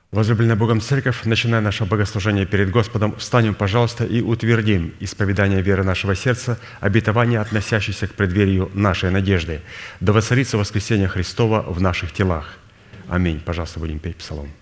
Возлюбленная Богом Церковь, начиная наше богослужение перед Господом, встанем, пожалуйста, и утвердим исповедание веры нашего сердца, обетование, относящееся к преддверию нашей надежды. Да воцарится воскресение Христова в наших телах. Аминь. Пожалуйста, будем петь псалом.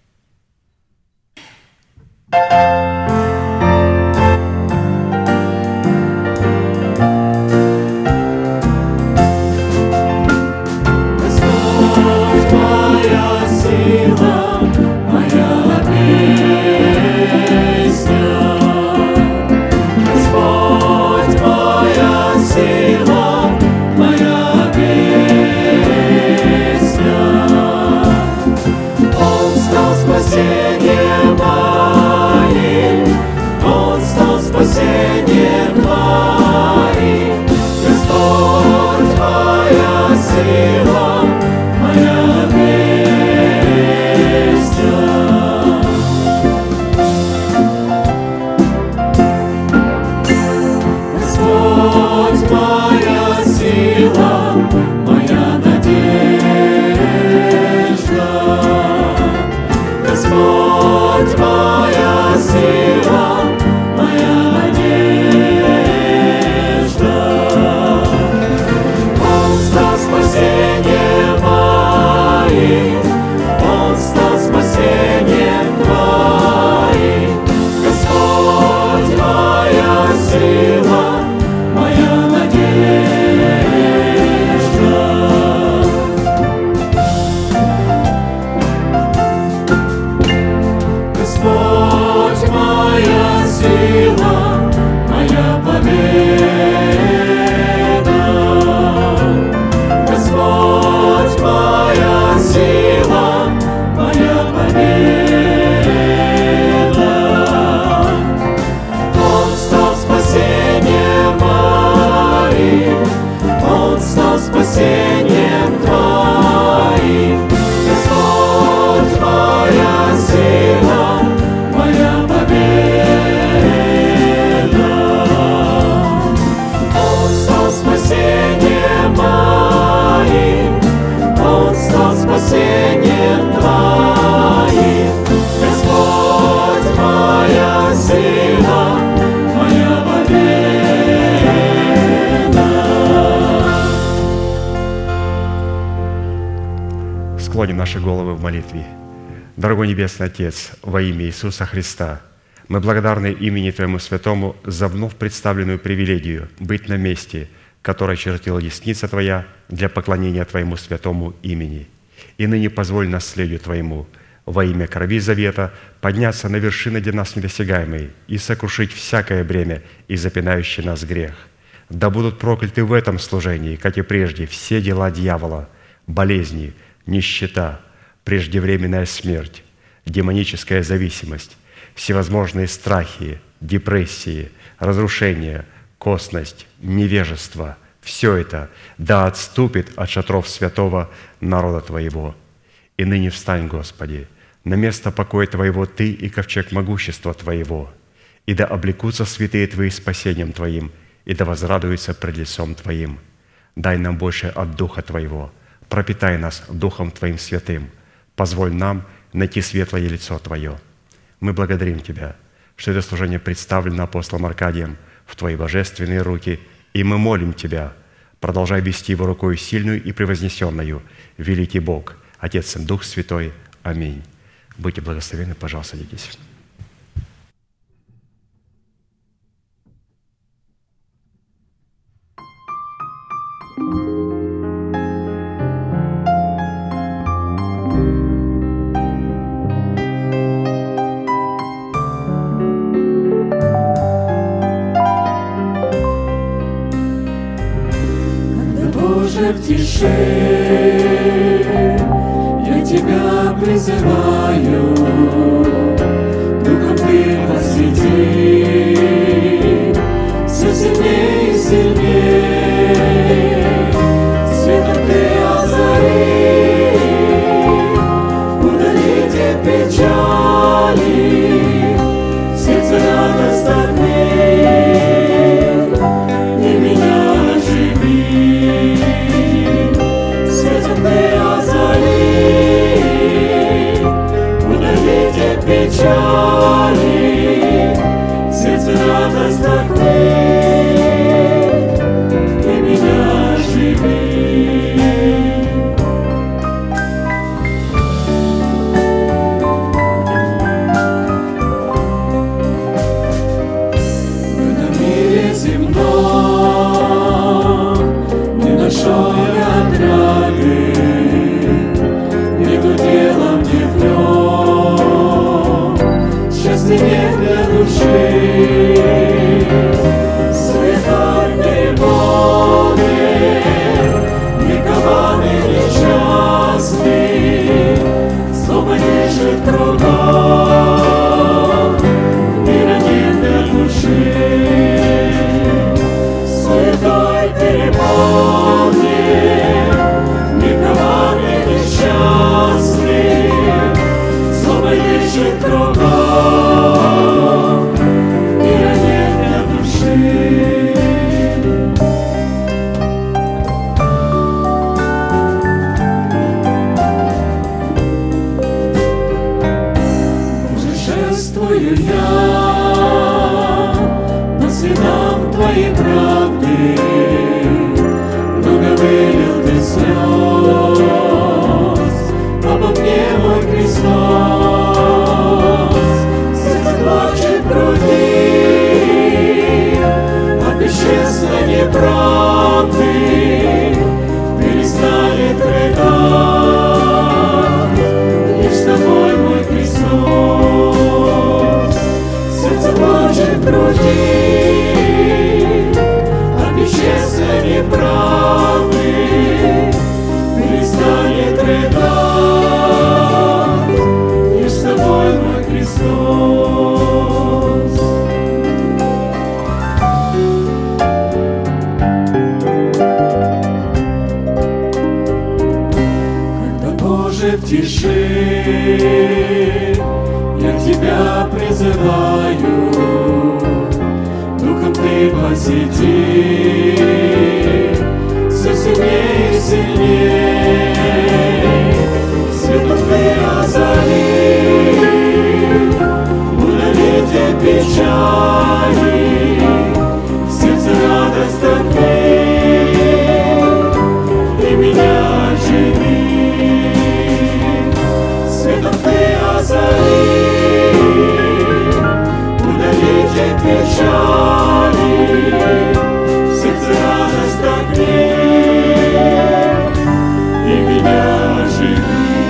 Склоним наши головы в молитве. Дорогой Небесный Отец, во имя Иисуса Христа, мы благодарны имени Твоему Святому за вновь представленную привилегию быть на месте, которое чертила десница Твоя для поклонения Твоему святому имени. И ныне позволь наследию Твоему во имя крови завета подняться на вершины для нас недосягаемые и сокрушить всякое бремя и запинающий нас грех. Да будут прокляты в этом служении, как и прежде, все дела дьявола, болезни, нищета, преждевременная смерть, демоническая зависимость, всевозможные страхи, депрессии, разрушения, косность, невежество – все это да отступит от шатров святого народа Твоего. И ныне встань, Господи, на место покоя Твоего Ты и ковчег могущества Твоего, и да облекутся святые Твои спасением Твоим, и да возрадуются пред лицом Твоим. Дай нам больше от Духа Твоего, пропитай нас Духом Твоим святым, позволь нам найти светлое лицо Твое. Мы благодарим Тебя, что это служение представлено апостолом Аркадием в Твои божественные руки, и мы молим Тебя, продолжай вести его рукою сильную и превознесенную, великий Бог, Отец и Дух Святой. Аминь. Будьте благословенны, пожалуйста, садитесь. В тиши я Тебя призываю, Духом Ты посети, все сильнее и сильнее, светом Ты озари, удалите печали, сердце радость отмей, и меня оживи. Ты озари, удали печали, сердце радость открыть, и меня живи. В этом мире земном не нашел я отрады, нету дела мне в нем, счастья нет для души. Святой переполнен, ликованный несчастный, злоба держит кругом, мира нет для души. Святой переполнен, ликованный несчастный, злоба держит кругом, мира нет для души. Путешествую я по следам Твоей правды, много вылил Ты слез, обо мне мой Христос. Сердце плачет в груди от бесчестной неправды, перестанет рыдать лишь с Тобой мой Христос. Сердце плачет в груди от бесчестной неправды, перестанет рыдать лишь с Тобой мой Христос. Когда, Боже, в тиши я Тебя призываю, Духом Ты посети, все сильнее и сильнее, светом Ты озари, удали те печали, в сердце радость открыть, и меня живи. Светом Ты озари, удали те печали, в сердце радость открыть, и меня живи.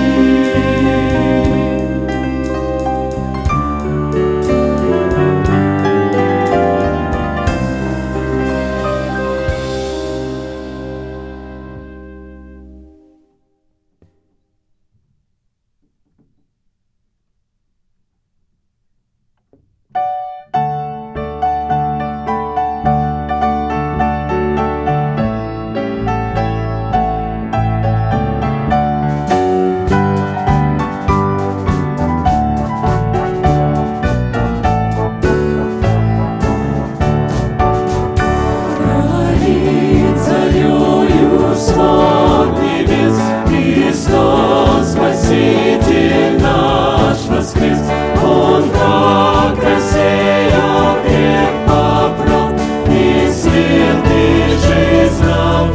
Говорит царёю свод небес, Христос, Спаситель наш воскрес. Он как рассеял грех попрал, и святый жизнь нам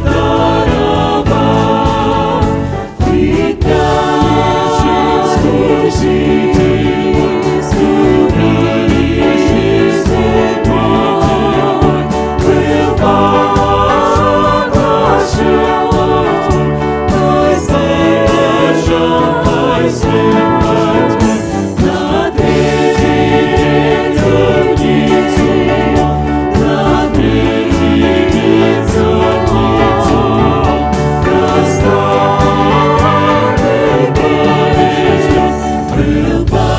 даровал. Притяжет служитель, служитель мой, был поглощен, той сдержан, той слепой тьмой. На третий день темницу, на третий день темницу, расставленный побежден, был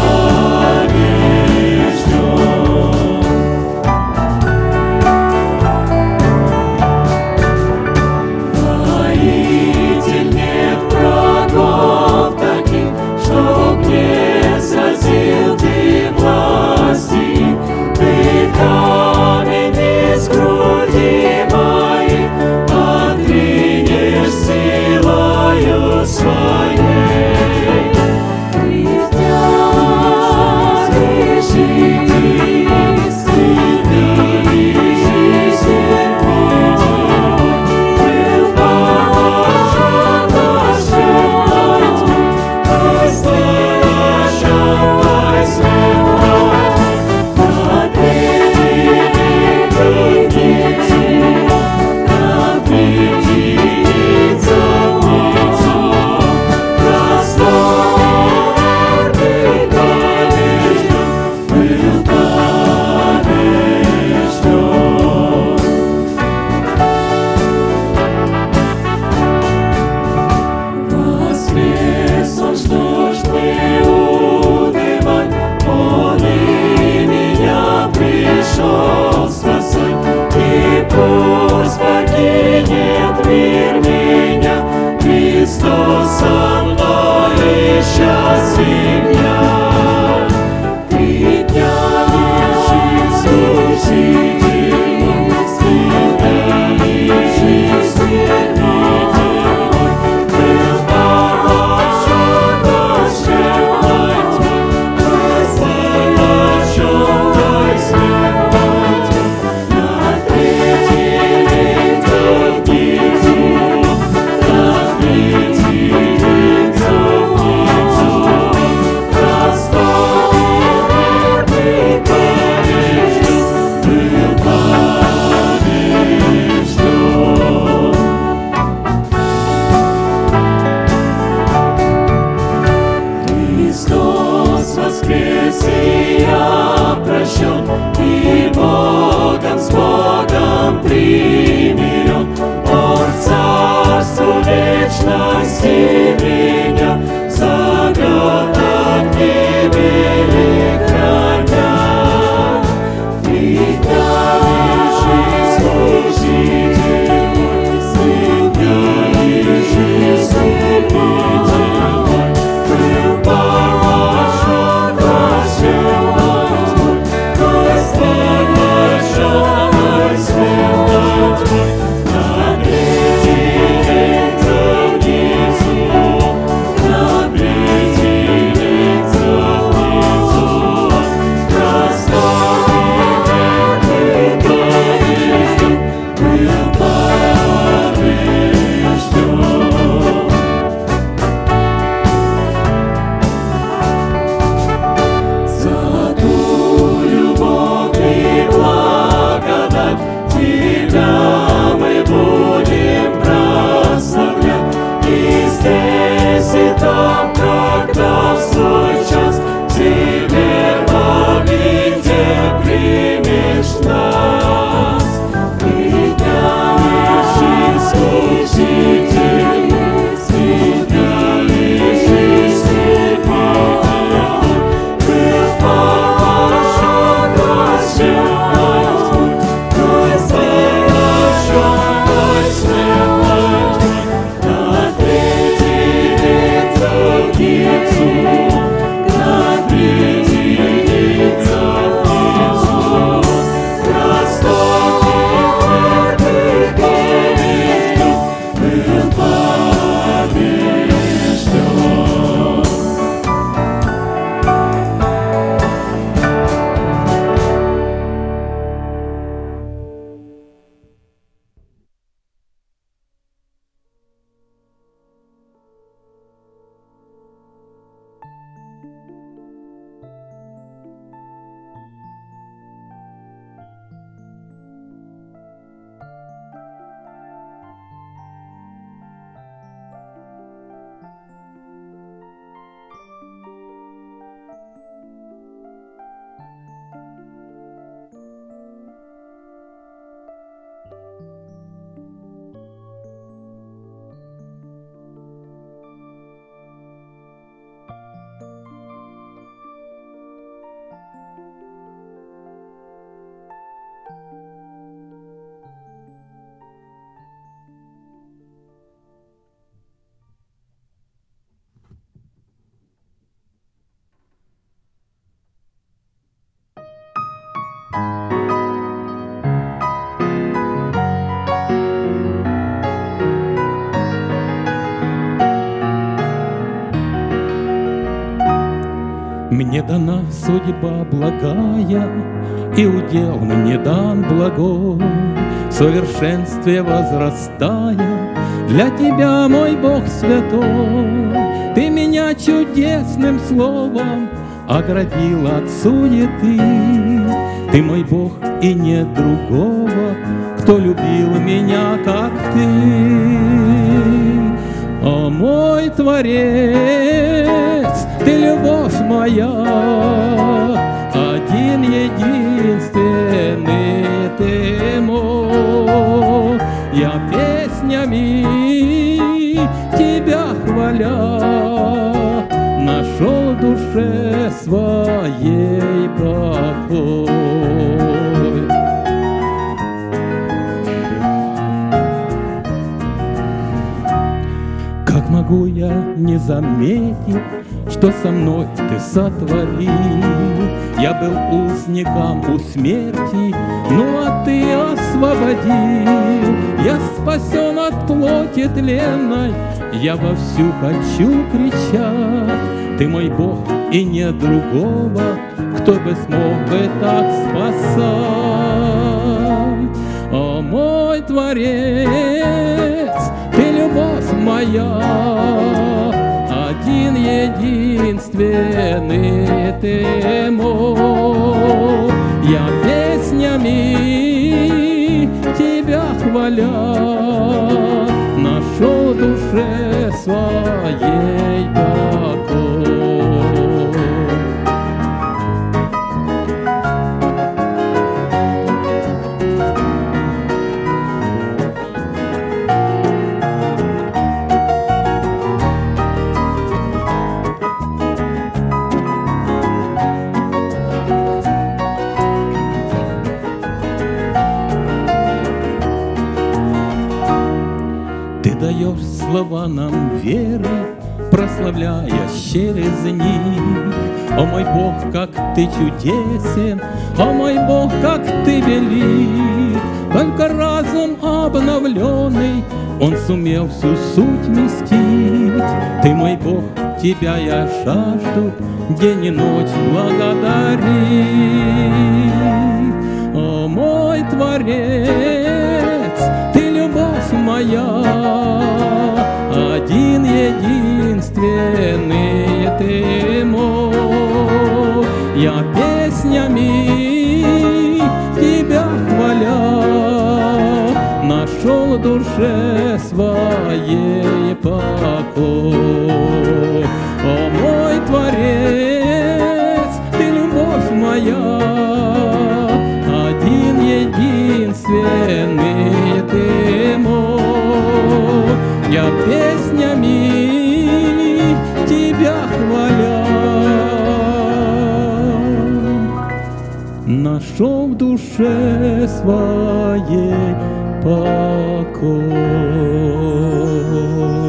побежден. Воитель, нет врагов таких, что Мне дана судьба благая, и удел мне дан благой, в совершенстве возрастая, для Тебя, мой Бог святой. Ты меня чудесным словом оградил от суеты. Ты мой Бог, и нет другого, кто любил меня, как Ты. О мой Творец, Ты любовь моя, один единственный Ты мой. Я песнями Тебя хваля нашел душе своей покой. Как могу я не заметить, что что со мной ты сотворил. Я был узником у смерти, ну а ты освободил. Я спасен от плоти тленной, я вовсю хочу кричать. Ты мой Бог, и нет другого, кто бы смог бы так спасать. О мой Творец, ты любовь моя, один единственный ты мой. Я песнями тебя хваля нашел душе своей покой. Даешь слова нам веры, прославляя через них. О мой Бог, как ты чудесен, о мой Бог, как ты велик. Только разум обновленный, он сумел всю суть вместить. Ты мой Бог, тебя я жажду день и ночь благодарить. О мой Творец, ты любовь моя, один единственный ты мой. Я песнями тебя хваля нашел душе своей покой. О мой Творец, ты любовь моя, один единственный ты мой. Я песнями тебя хваля нашел в душе своей покой.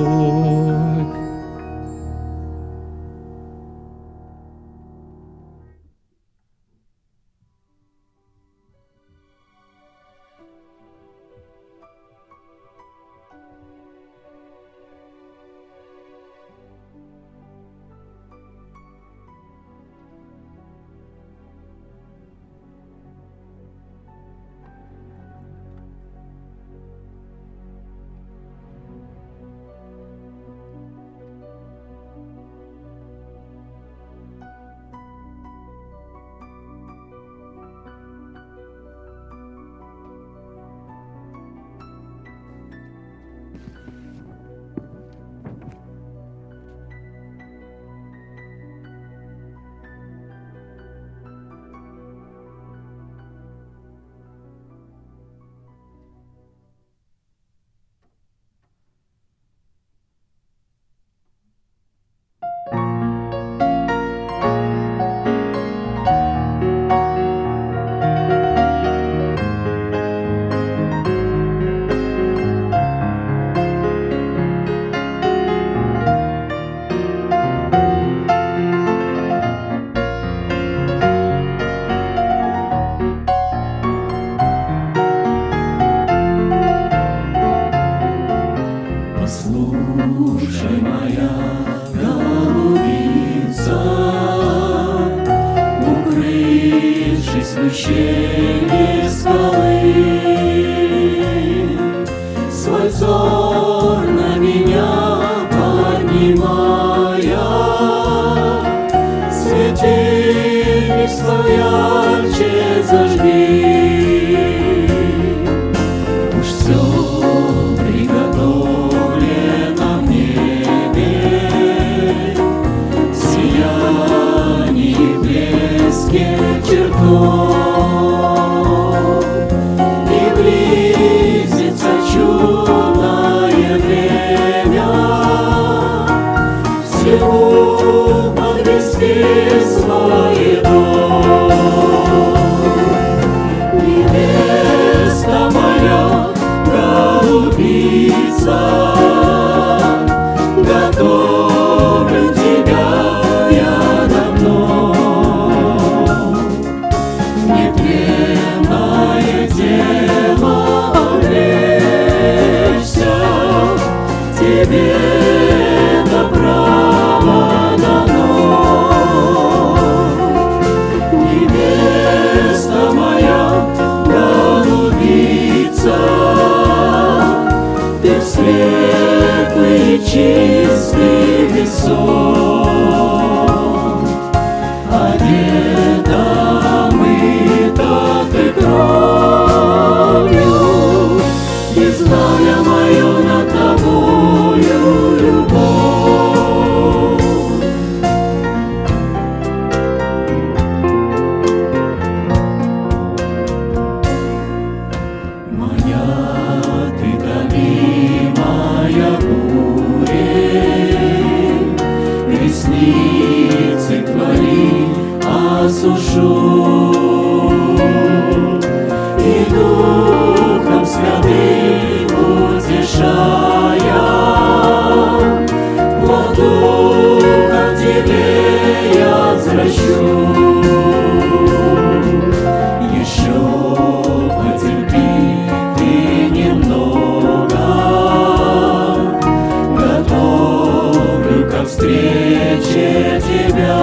священник скалы, свой взор на меня поднимая, светильник свой ярче зажги. Уж все приготовлено в небе, сияние в блеске чертов. Свой дом. Невеста моя, голубица, готовлю тебя осужу, и Духом Святым утешая, плод Духа в тебе я взращу. Еще потерпи ты немного, готовлю ко встрече тебя.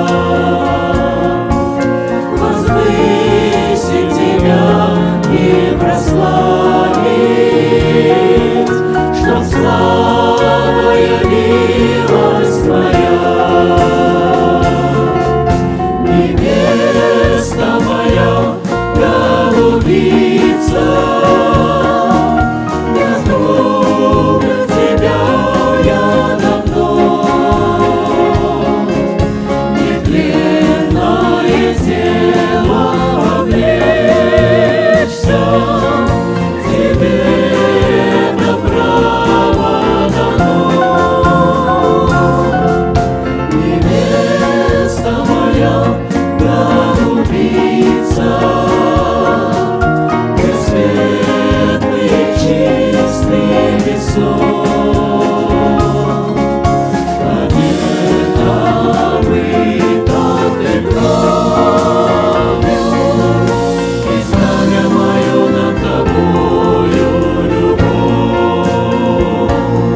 Возвысить тебя и прославить, чтоб слава явилась твоя. Невеста моя, голубица, готовлю тебя я давно. Нетленное тело облечься, тебе это право дано. Невеста моя, голубица, ты светлый, чистый весок. Одета мыта ты кровью, и знамя мое над тобою любовь.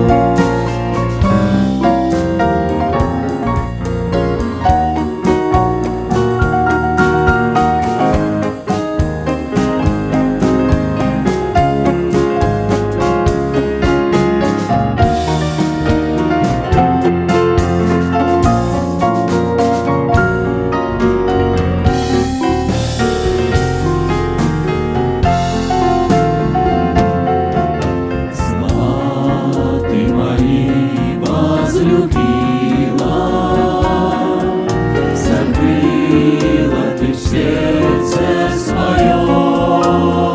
Слова ты мои возлюбила, сокрыла ты в сердце своем,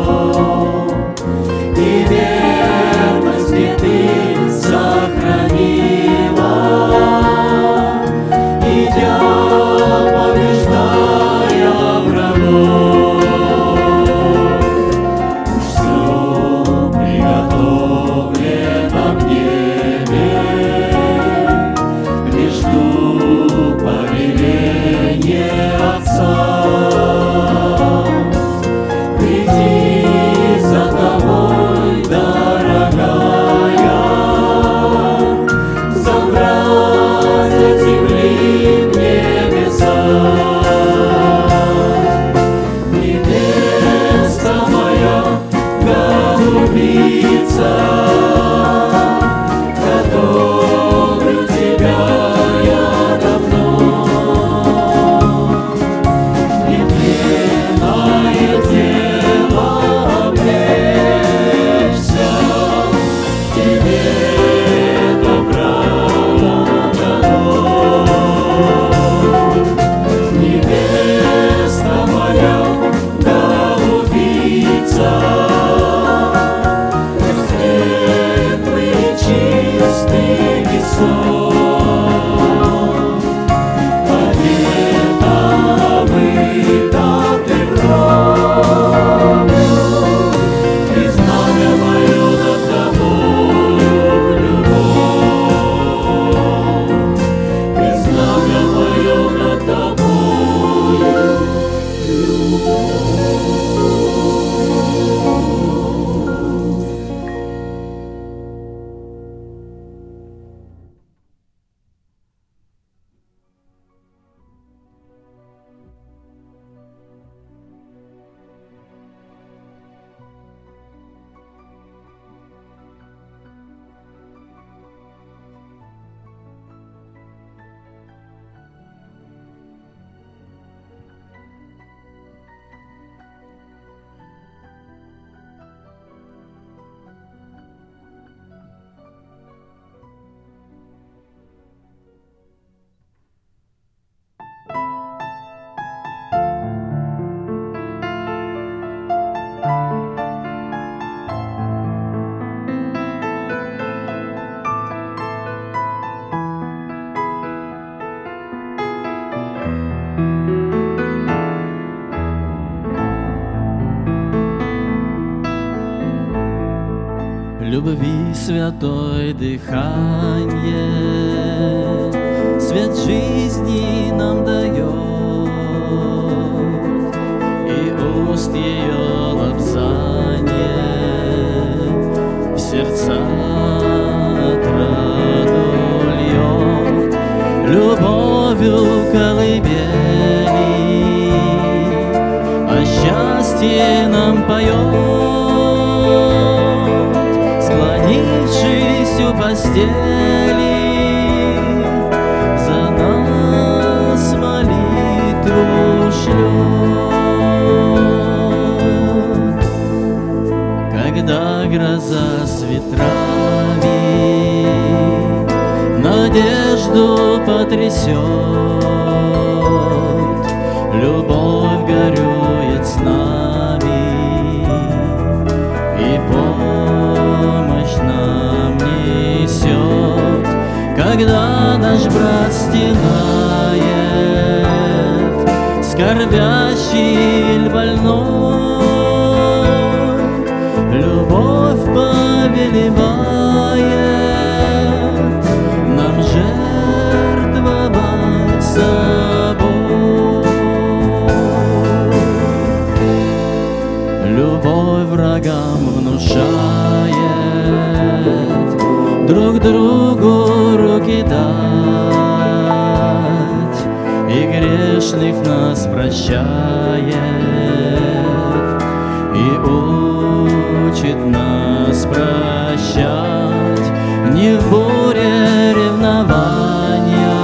и верность мне ты сохранила, идя побеждая врагов. Уж всё приготовлено в небе, лишь жду повеления Отца. Приди за тобой, дорогая, забрать от земли мне любви святой дыхание, свет жизни нам дает, и уст ее лобзание в сердца отраду льет, любовью колыбели о счастье нам поет, склонившись у постели, за нас молитву шлет. Когда гроза с ветрами надежду потрясет, любовь горюет с нами и помощь нам несет. Когда наш брат стенает, скорбящий или больной, любовь повелевает нам жертвовать собой. Любовь врагам внушает друг другу руки дать, и грешных нас прощает, и учит нас прощать не в буре ревнования,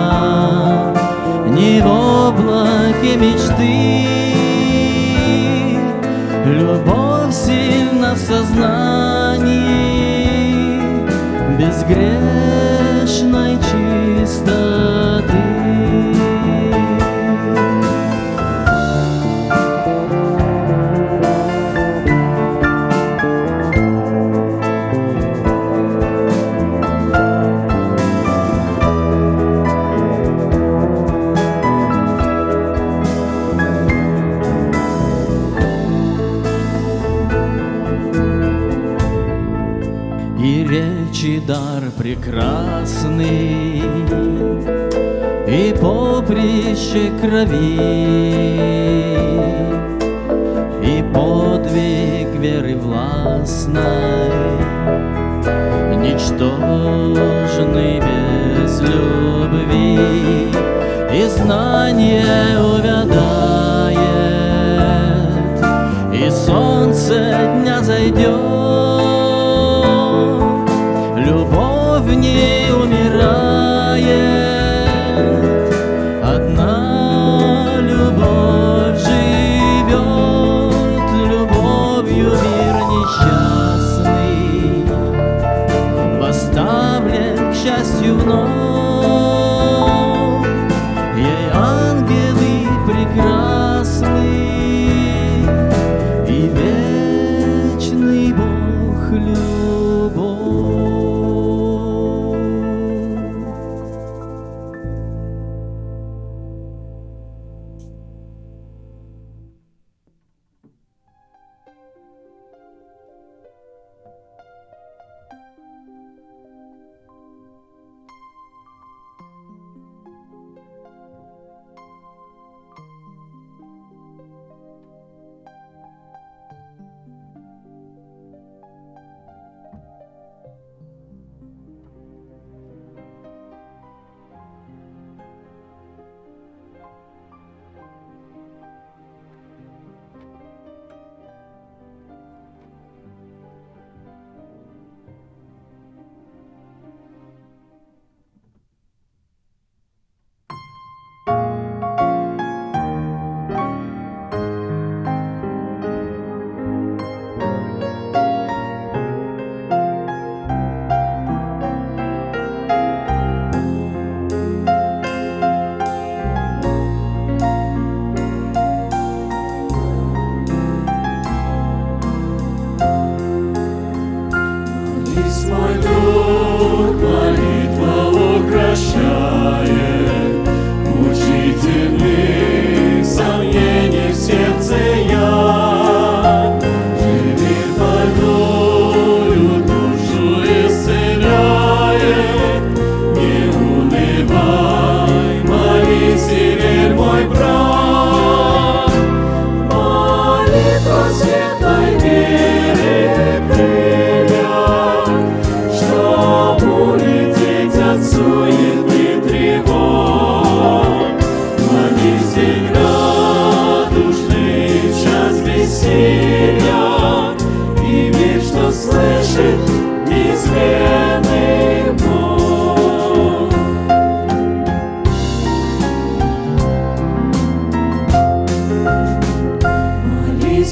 не в облаке мечты. Любовь сильна в сознании безгрешной чистоты. И речи дар прекрасный, и поприще крови, и подвиг веры властной, ничтожный без любви, и знание увядает, и солнце дня зайдет. Любовь не умирает, одна любовь живет, любовью мир несчастный поставлен к счастью вновь, ей ангелы прекрасны и вечный Бог.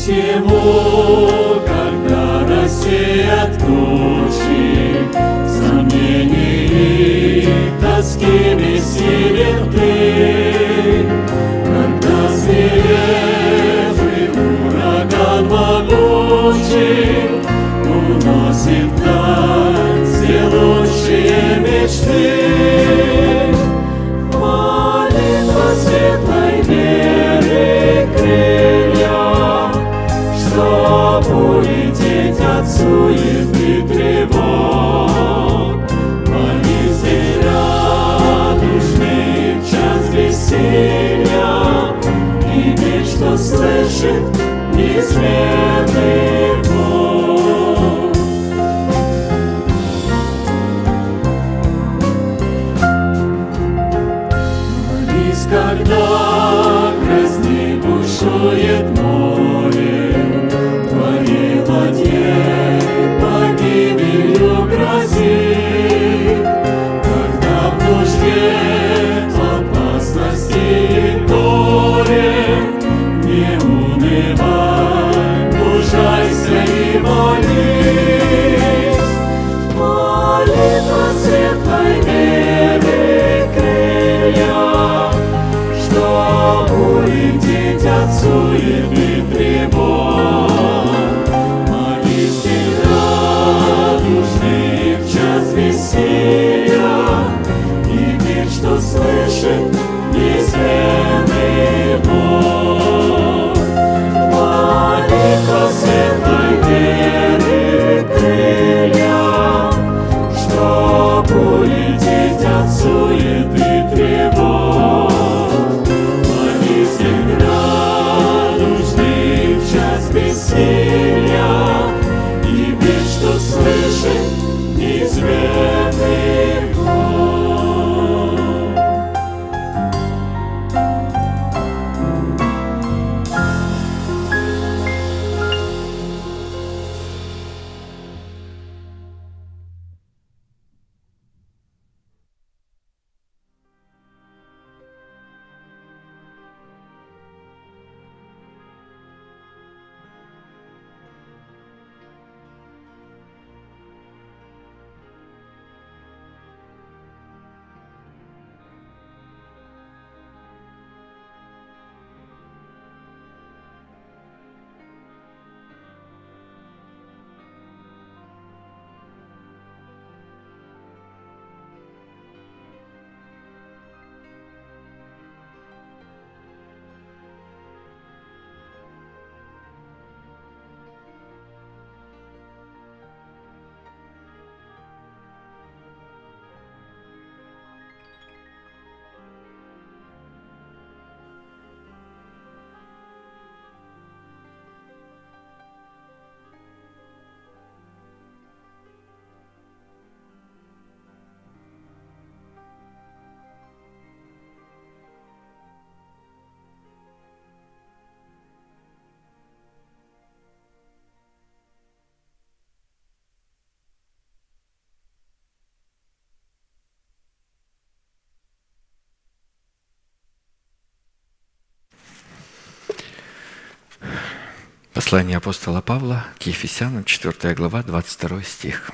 всему, когда рассеят тучи, сомнений и тоски бессилен ты, когда свирепый ураган могучий уносит вдаль все лучшие мечты. Молитва светлой веры крылья, чтоб улететь от суеты тревог. Молись радужный в час бессилия, иметь, что слышит неизменный Бог. Молись, когда грозни бушует море, твоей ладье погибелью грозит, когда в нужде опасности и горе, не унывай, мужайся и молись. Молитва светлой веры крылья, чтоб улететь от суеты тревог. Молись, радужный в час бессилия, иметь, что слышит неизменный Бог. Молитва светлой веры крылья, чтоб улететь от суеты тревог. Молись, радужный в час бессилия, иметь, что слышит неизменный Бог. Послание апостола Павла к Ефесянам, 4 глава, 22 стих.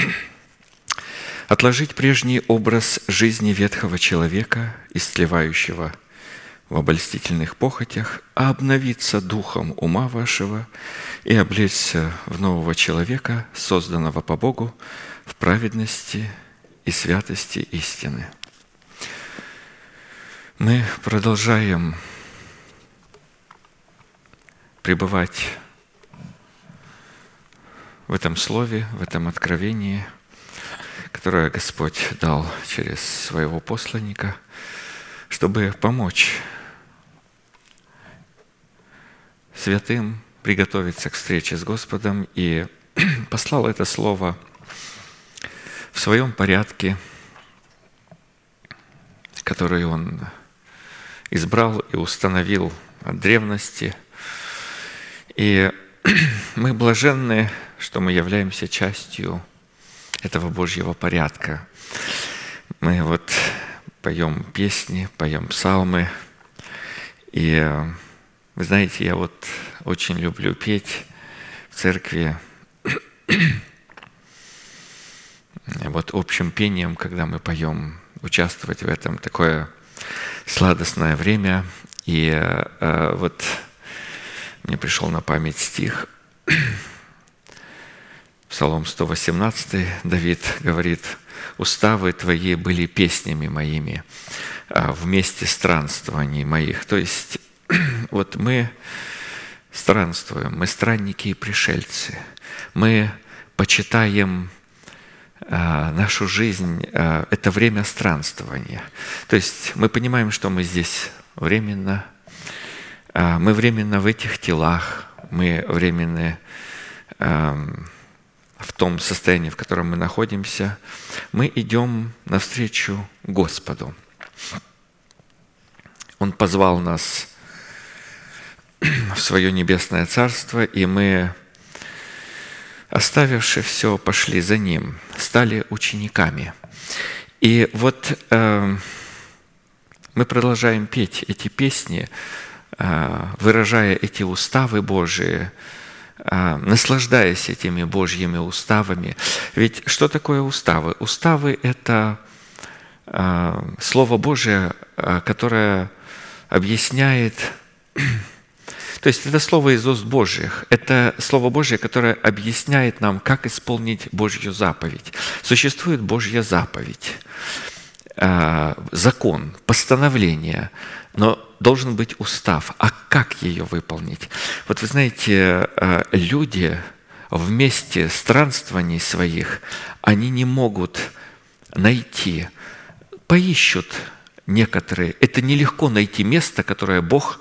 «Отложить прежний образ жизни ветхого человека, истлевающего в обольстительных похотях, а обновиться духом ума вашего и облечься в нового человека, созданного по Богу в праведности и святости истины». Мы продолжаем пребывать в этом слове, в этом откровении, которое Господь дал через своего посланника, чтобы помочь святым приготовиться к встрече с Господом, и послал это слово в своем порядке, который Он избрал и установил от древности. И мы блаженны, что мы являемся частью этого Божьего порядка. Мы вот поем песни, поем псалмы. И вы знаете, я вот очень люблю петь в церкви. Вот общим пением, когда мы поем, участвовать в этом, такое сладостное время. И вот мне пришел на память стих, Псалом 118, Давид говорит: «Уставы твои были песнями моими вместе странствований моих». То есть вот мы странствуем, мы странники и пришельцы, мы почитаем нашу жизнь, это время странствования. То есть мы понимаем, что мы здесь временно, мы временно в этих телах, мы временно в том состоянии, в котором мы находимся, мы идем навстречу Господу. Он позвал нас в свое небесное царство, и мы, оставивши все, пошли за Ним, стали учениками. И вот мы продолжаем петь эти песни, выражая эти уставы Божии, наслаждаясь этими Божьими уставами. Ведь что такое уставы? Уставы – это Слово Божие, которое объясняет. То есть это Слово из уст Божьих. Это Слово Божье, которое объясняет нам, как исполнить Божью заповедь. Существует Божья заповедь, закон, постановление, но должен быть устав. А как ее выполнить? Вот вы знаете, люди в месте странствований своих, они не могут найти, поищут некоторые. Это нелегко найти место, которое Бог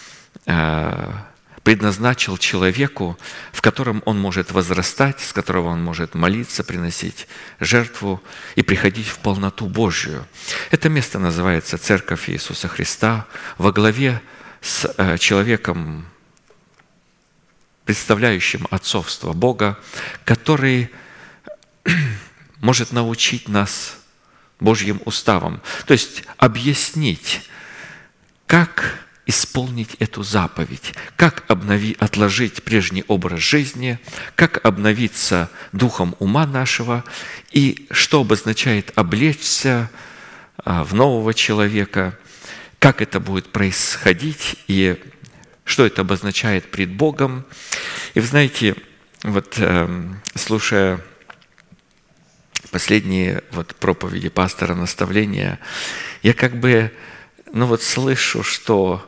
предназначил человеку, в котором он может возрастать, с которого он может молиться, приносить жертву и приходить в полноту Божью. Это место называется Церковь Иисуса Христа во главе с человеком, представляющим отцовство Бога, который может научить нас Божьим уставам, то есть объяснить, как исполнить эту заповедь, как отложить прежний образ жизни, как обновиться духом ума нашего и что обозначает облечься в нового человека, как это будет происходить и что это обозначает пред Богом. И вы знаете, вот слушая последние проповеди пастора, наставления, я слышу, что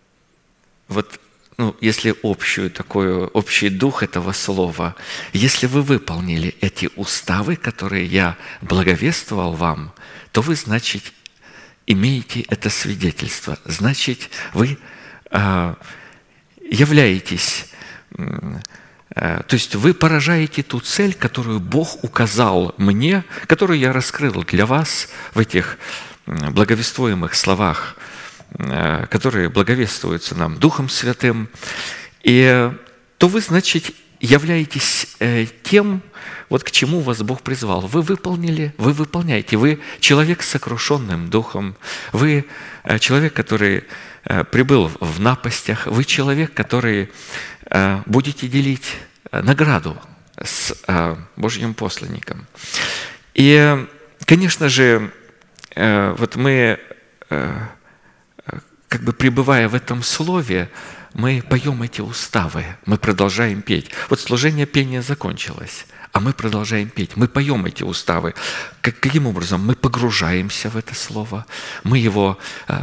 если общий дух этого слова, если вы выполнили эти уставы, которые я благовествовал вам, то вы, значит, имеете это свидетельство. Значит, вы являетесь, то есть вы поражаете ту цель, которую Бог указал мне, которую я раскрыл для вас в этих благовествуемых словах, которые благовествуются нам Духом Святым, и то вы, значит, являетесь тем, к чему вас Бог призвал. Вы выполнили, вы выполняете. Вы человек с сокрушенным духом, вы человек, который прибыл в напастях, вы человек, который будете делить награду с Божьим посланником. И, конечно же, мы пребывая в этом слове, мы поем эти уставы, мы продолжаем петь. Служение пения закончилось, а мы продолжаем петь, мы поем эти уставы. Каким образом? Мы погружаемся в это слово, мы его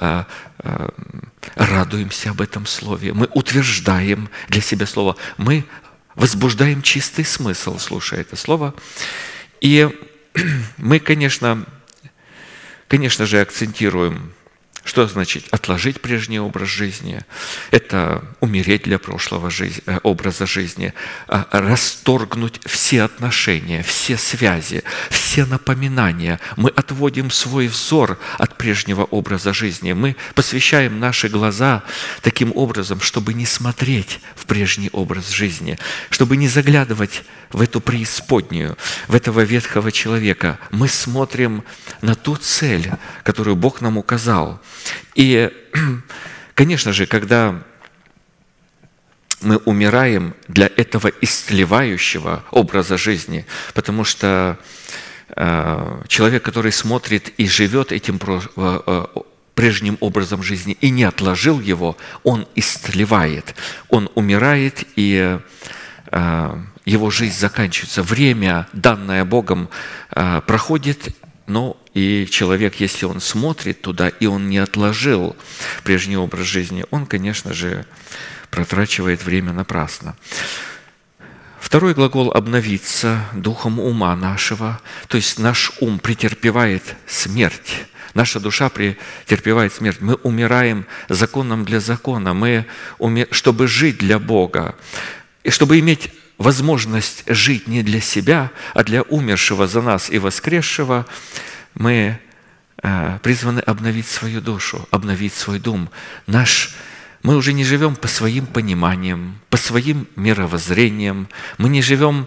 радуемся об этом слове, мы утверждаем для себя слово, мы возбуждаем чистый смысл, слушая это слово. И мы, конечно же, акцентируем, что значит отложить прежний образ жизни? Это умереть для прошлого образа жизни, расторгнуть все отношения, все связи, все напоминания. Мы отводим свой взор от прежнего образа жизни. Мы посвящаем наши глаза таким образом, чтобы не смотреть в прежний образ жизни, чтобы не заглядывать в эту преисподнюю, в этого ветхого человека. Мы смотрим на ту цель, которую Бог нам указал. И, конечно же, когда мы умираем для этого истлевающего образа жизни, потому что человек, который смотрит и живет этим прежним образом жизни и не отложил его, он истлевает, он умирает, и его жизнь заканчивается. Время, данное Богом, проходит, но и человек, если он смотрит туда, и он не отложил прежний образ жизни, он, конечно же, протрачивает время напрасно. Второй глагол «обновиться» духом ума нашего, то есть наш ум претерпевает смерть, наша душа претерпевает смерть. Мы умираем законом для закона, чтобы жить для Бога, и чтобы иметь возможность жить не для себя, а для умершего за нас и воскресшего, мы призваны обновить свою душу, обновить свой дом. Мы уже не живем по своим пониманиям, по своим мировоззрениям, мы не живем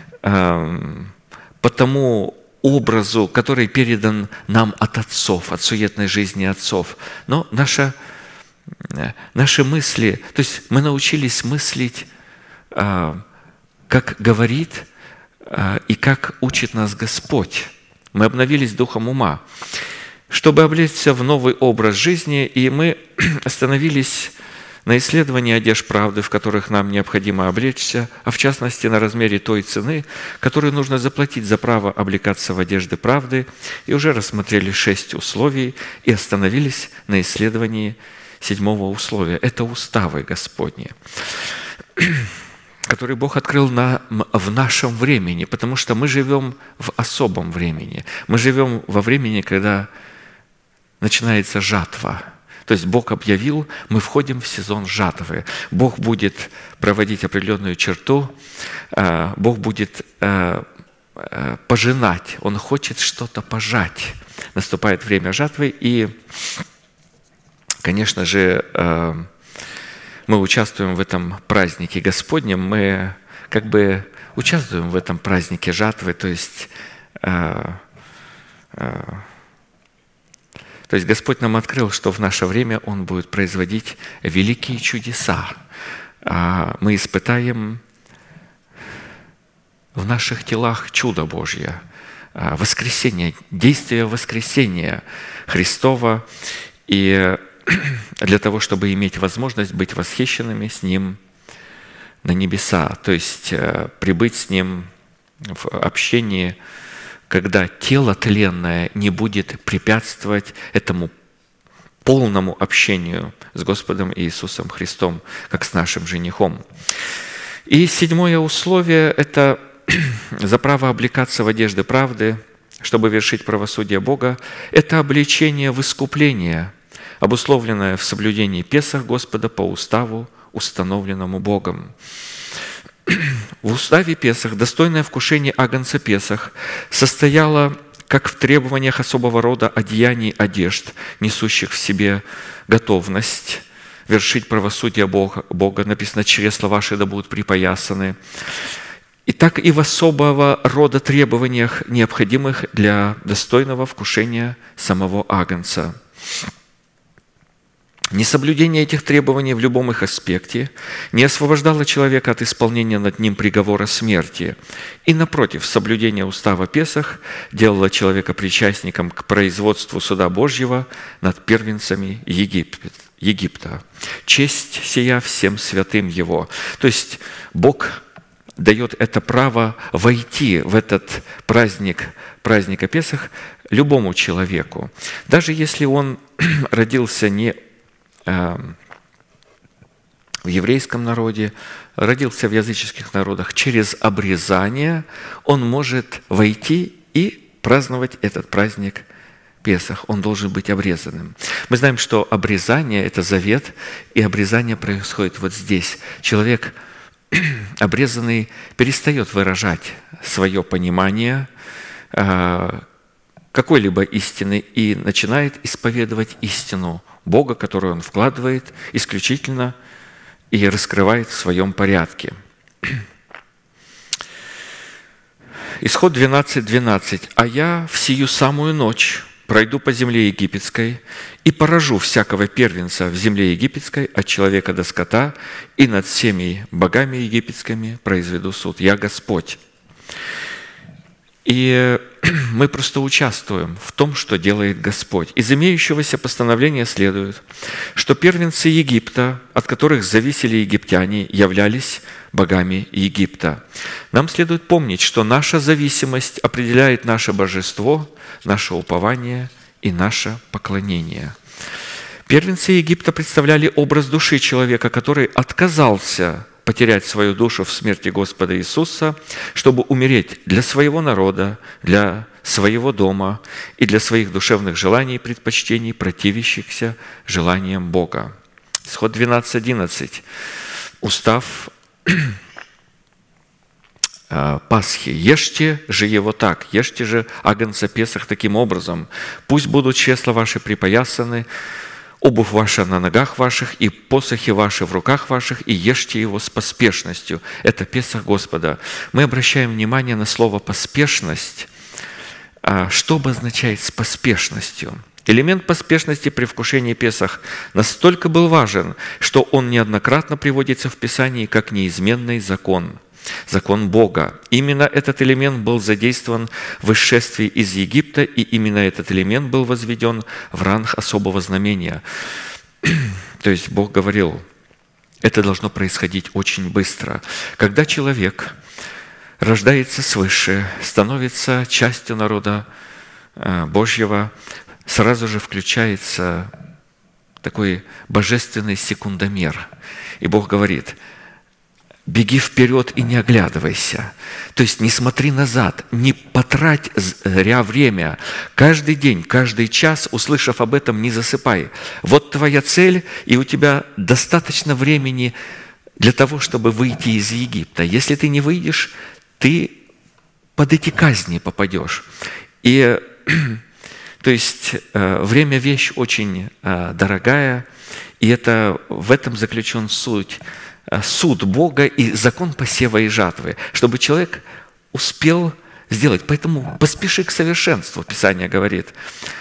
по тому образу, который передан нам от отцов, от суетной жизни отцов. Но наши мысли, то есть мы научились мыслить, как говорит и как учит нас Господь. Мы обновились духом ума, чтобы облечься в новый образ жизни, и мы остановились на исследовании одежд правды, в которых нам необходимо облечься, а в частности на размере той цены, которую нужно заплатить за право облекаться в одежды правды, и уже рассмотрели 6 условий и остановились на исследовании 7-го условия. Это уставы Господни, который Бог открыл в нашем времени, потому что мы живем в особом времени. Мы живем во времени, когда начинается жатва. То есть Бог объявил, мы входим в сезон жатвы. Бог будет проводить определенную черту, Бог будет пожинать, Он хочет что-то пожать. Наступает время жатвы, и, конечно же, мы участвуем в этом празднике Господнем, мы как бы участвуем в этом празднике жатвы, то есть Господь нам открыл, что в наше время Он будет производить великие чудеса. Мы испытаем в наших телах чудо Божье, воскресение, действие воскресения Христова, и для того, чтобы иметь возможность быть восхищенными с Ним на небеса, то есть прибыть с Ним в общении, когда тело тленное не будет препятствовать этому полному общению с Господом Иисусом Христом, как с нашим женихом. И 7-е условие – это за право облекаться в одежды правды, чтобы вершить правосудие Бога. Это облечение в искупление, обусловленное в соблюдении Песах Господа по уставу, установленному Богом. В уставе Песах достойное вкушение агнца Песах состояло как в требованиях особого рода одеяний одежд, несущих в себе готовность вершить правосудие Бога. Написано, чресла ваши да будут припоясаны. И так и в особого рода требованиях, необходимых для достойного вкушения самого агнца. Несоблюдение этих требований в любом их аспекте не освобождало человека от исполнения над ним приговора смерти. И, напротив, соблюдение устава Песах делало человека причастником к производству суда Божьего над первенцами Египта. Честь сия всем святым Его. То есть Бог дает это право войти в этот праздника Песах любому человеку. Даже если он родился не в еврейском народе, родился в языческих народах, через обрезание он может войти и праздновать этот праздник Песах. Он должен быть обрезанным. Мы знаем, что обрезание – это завет, и обрезание происходит вот здесь. Человек, обрезанный, перестает выражать свое понимание какой-либо истины и начинает исповедовать истину Бога, которую он вкладывает исключительно и раскрывает в своем порядке. Исход 12:12. «А я в сию самую ночь пройду по земле египетской и поражу всякого первенца в земле египетской от человека до скота, и над всеми богами египетскими произведу суд. Я Господь». И мы просто участвуем в том, что делает Господь. Из имеющегося постановления следует, что первенцы Египта, от которых зависели египтяне, являлись богами Египта. Нам следует помнить, что наша зависимость определяет наше божество, наше упование и наше поклонение. Первенцы Египта представляли образ души человека, который отказался потерять свою душу в смерти Господа Иисуса, чтобы умереть для своего народа, для своего дома и для своих душевных желаний и предпочтений, противящихся желаниям Бога. Исход 12:11. Устав Пасхи. «Ешьте же его так, ешьте же агнца Песах таким образом. Пусть будут чресла ваши припоясаны, обувь ваша на ногах ваших, и посохи ваши в руках ваших, и ешьте его с поспешностью». Это Песах Господа. Мы обращаем внимание на слово «поспешность». Что обозначает «с поспешностью»? Элемент поспешности при вкушении Песах настолько был важен, что он неоднократно приводится в Писании как неизменный закон. Закон Бога. Именно этот элемент был задействован в исшествии из Египта, и именно этот элемент был возведен в ранг особого знамения. То есть Бог говорил, это должно происходить очень быстро. Когда человек рождается свыше, становится частью народа Божьего, сразу же включается такой божественный секундомер. И Бог говорит: беги вперед и не оглядывайся. То есть не смотри назад, не потрать зря время. Каждый день, каждый час, услышав об этом, не засыпай. Вот твоя цель, и у тебя достаточно времени для того, чтобы выйти из Египта. Если ты не выйдешь, ты под эти казни попадешь. И то есть время – вещь очень дорогая, и это, в этом заключен суд Бога и закон посева и жатвы, чтобы человек успел сделать. Поэтому поспеши к совершенству, Писание говорит.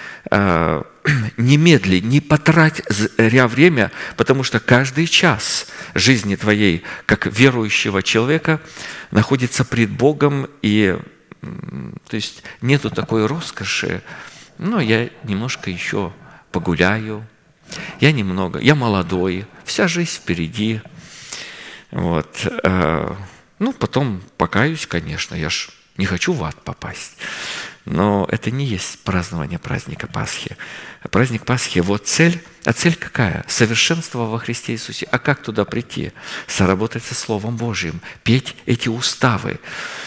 Не медли, не потрать зря время, потому что каждый час жизни твоей, как верующего человека, находится пред Богом, и то есть нету такой роскоши. Но я немножко еще погуляю, я молодой, вся жизнь впереди. Вот. Ну, потом покаюсь, конечно, я ж не хочу в ад попасть. Но это не есть празднование праздника Пасхи. Праздник Пасхи, вот цель. А цель какая? Совершенство во Христе Иисусе. А как туда прийти? Соработать со Словом Божьим, петь эти уставы.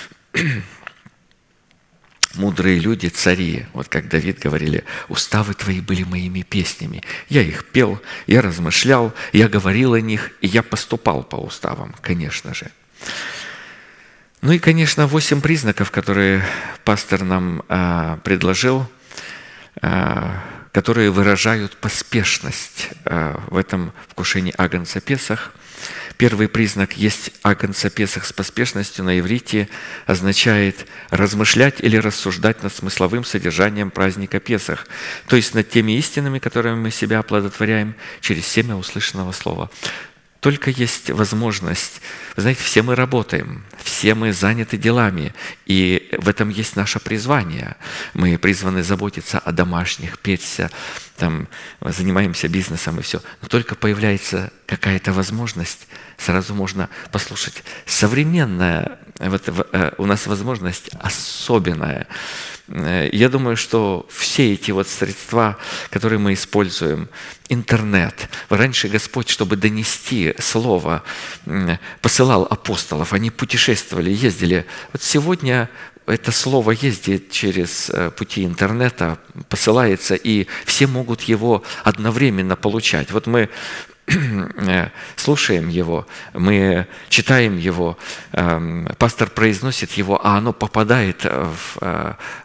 Мудрые люди, цари, вот как Давид говорили, уставы твои были моими песнями. Я их пел, я размышлял, я говорил о них, и я поступал по уставам, конечно же. Ну и, конечно, 8 признаков, которые пастор нам предложил, которые выражают поспешность в этом вкушении агнца Песах. Первый признак есть агнца Песах с поспешностью на иврите означает размышлять или рассуждать над смысловым содержанием праздника Песах, то есть над теми истинами, которыми мы себя оплодотворяем через семя услышанного слова. Только есть возможность, вы знаете, все мы работаем, все мы заняты делами, и в этом есть наше призвание. Мы призваны заботиться о домашних, печься, там, занимаемся бизнесом и все. Но только появляется какая-то возможность, сразу можно послушать. Современная, у нас возможность особенная. Я думаю, что все эти вот средства, которые мы используем, интернет. Раньше Господь, чтобы донести Слово, посылал апостолов, они путешествовали, ездили. Вот сегодня это Слово ездит через пути интернета, посылается, и все могут его одновременно получать. Вот мы слушаем его, мы читаем его, пастор произносит его, а оно попадает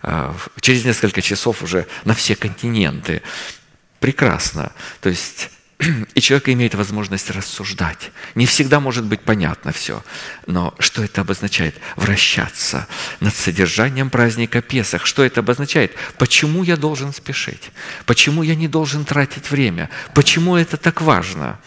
через несколько часов уже на все континенты. Прекрасно. То есть И человек имеет возможность рассуждать. Не всегда может быть понятно все. Но что это обозначает? Вращаться над содержанием праздника Песах. Что это обозначает? Почему я должен спешить? Почему я не должен тратить время? Почему это так важно?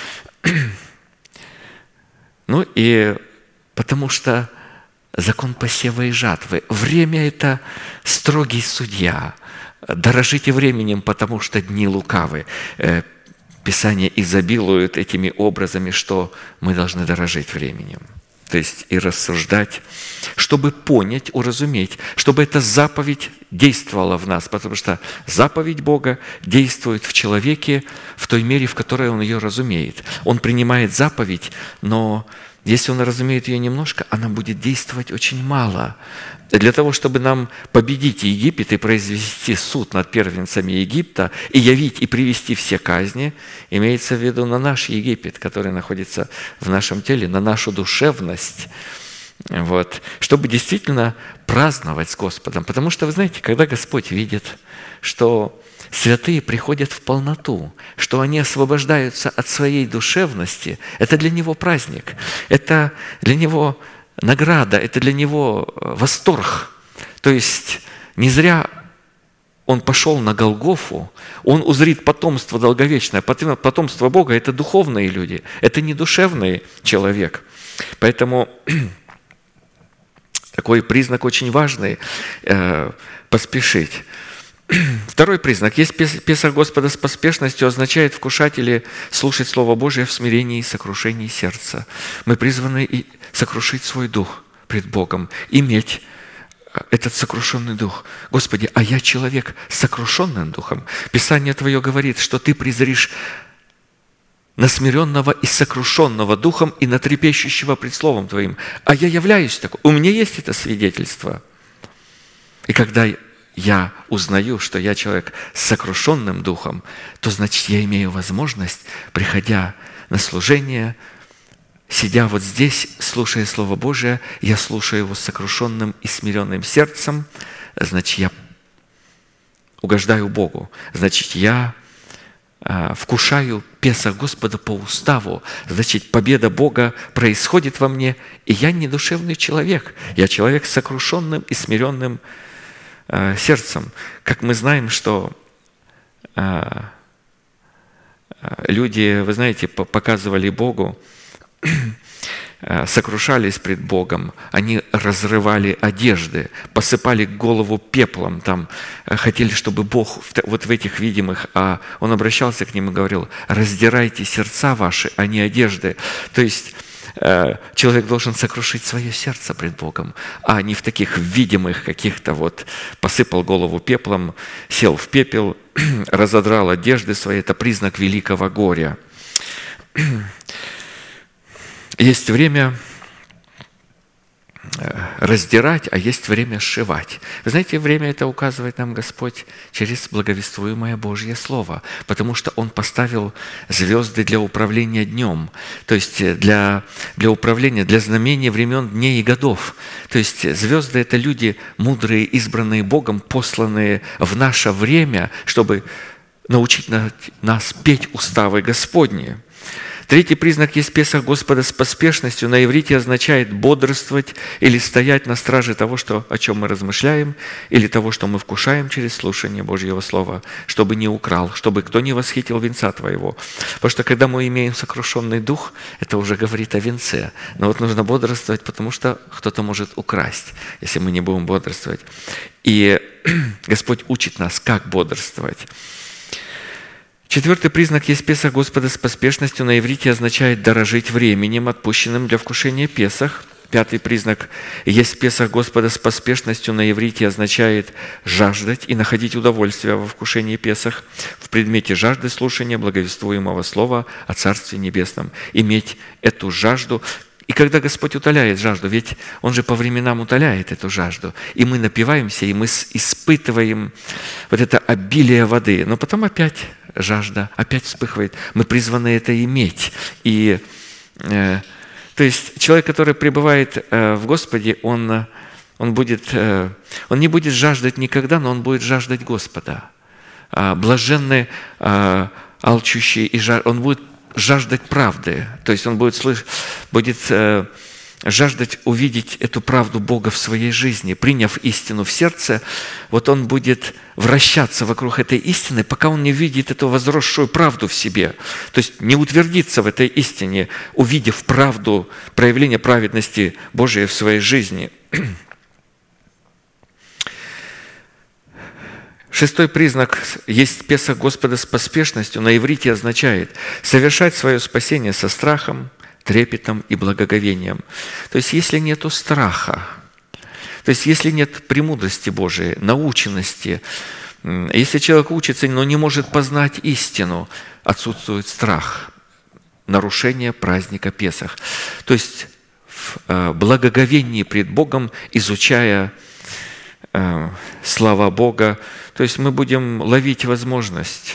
Ну и потому что закон посева и жатвы. Время – это строгий судья. Дорожите временем, потому что дни лукавы. Писание изобилует этими образами, что мы должны дорожить временем. То есть и рассуждать, чтобы понять, уразуметь, чтобы эта заповедь действовала в нас, потому что заповедь Бога действует в человеке в той мере, в которой он ее разумеет. Он принимает заповедь, но если он разумеет ее немножко, она будет действовать очень мало. Для того, чтобы нам победить Египет и произвести суд над первенцами Египта, и явить и привести все казни, имеется в виду на наш Египет, который находится в нашем теле, на нашу душевность, вот, чтобы действительно праздновать с Господом. Потому что, вы знаете, когда Господь видит, что святые приходят в полноту, что они освобождаются от своей душевности, это для Него праздник, это для Него награда, это для Него восторг. То есть не зря Он пошел на Голгофу, Он узрит потомство долговечное. Потомство Бога – это духовные люди, это не душевный человек. Поэтому такой признак очень важный – поспешить. Второй признак. Есть Песах Господа с поспешностью, означает вкушать или слушать Слово Божие в смирении и сокрушении сердца. Мы призваны и сокрушить свой дух пред Богом, иметь этот сокрушенный дух. Господи, а я человек с сокрушенным духом. Писание Твое говорит, что Ты презришь на смиренного и сокрушенного духом и на трепещущего пред Словом Твоим. А я являюсь такой. У меня есть это свидетельство. И когда я узнаю, что я человек с сокрушенным духом, то значит, я имею возможность, приходя на служение, сидя вот здесь, слушая Слово Божие, я слушаю его с сокрушенным и смиренным сердцем, значит, я угождаю Богу, значит, я вкушаю Песах Господа по уставу, значит, победа Бога происходит во мне, и я не душевный человек, я человек с сокрушенным и смиренным сердцем. Как мы знаем, что люди, вы знаете, показывали Богу, сокрушались пред Богом, они разрывали одежды, посыпали голову пеплом, там, хотели, чтобы Бог вот в этих видимых, а Он обращался к ним и говорил: раздирайте сердца ваши, а не одежды. То есть человек должен сокрушить свое сердце пред Богом, а не в таких видимых каких-то вот посыпал голову пеплом, сел в пепел, разодрал одежды свои. Это признак великого горя. Есть время раздирать, а есть время сшивать. Вы знаете, время это указывает нам Господь через благовествуемое Божье Слово, потому что Он поставил звезды для управления днем, то есть для управления, для знамения времен, дней и годов. То есть звезды – это люди мудрые, избранные Богом, посланные в наше время, чтобы научить нас петь уставы Господни. Третий признак есть Песах Господа с поспешностью. На иврите означает бодрствовать или стоять на страже того, о чем мы размышляем, или того, что мы вкушаем через слушание Божьего Слова, чтобы не украл, чтобы кто не восхитил венца твоего. Потому что когда мы имеем сокрушенный дух, это уже говорит о венце. Но вот нужно бодрствовать, потому что кто-то может украсть, если мы не будем бодрствовать. И Господь учит нас, как бодрствовать. Четвертый признак есть Песах Господа с поспешностью. На иврите означает дорожить временем, отпущенным для вкушения Песах. Пятый признак есть Песах Господа с поспешностью. На иврите означает жаждать и находить удовольствие во вкушении Песах. В предмете жажды слушания благовествуемого слова о Царстве Небесном. Иметь эту жажду. И когда Господь утоляет жажду, ведь Он же по временам утоляет эту жажду, и мы напиваемся, и мы испытываем вот это обилие воды, но потом опять жажда, опять вспыхивает. Мы призваны это иметь. И, то есть человек, который пребывает в Господе, он не будет жаждать никогда, но он будет жаждать Господа. Блаженны алчущий, и он будет жаждать правды. То есть он будет жаждать увидеть эту правду Бога в своей жизни. Приняв истину в сердце, вот он будет вращаться вокруг этой истины, пока он не видит эту возросшую правду в себе. То есть не утвердиться в этой истине, увидев правду, проявление праведности Божией в своей жизни. Шестой признак есть Песах Господа с поспешностью. На иврите означает совершать свое спасение со страхом, трепетом и благоговением. То есть, если нет страха, то есть, если нет премудрости Божией, наученности, если человек учится, но не может познать истину, отсутствует страх, нарушение праздника Песах. То есть, в благоговении пред Богом, изучая слова Бога, то есть мы будем ловить возможность,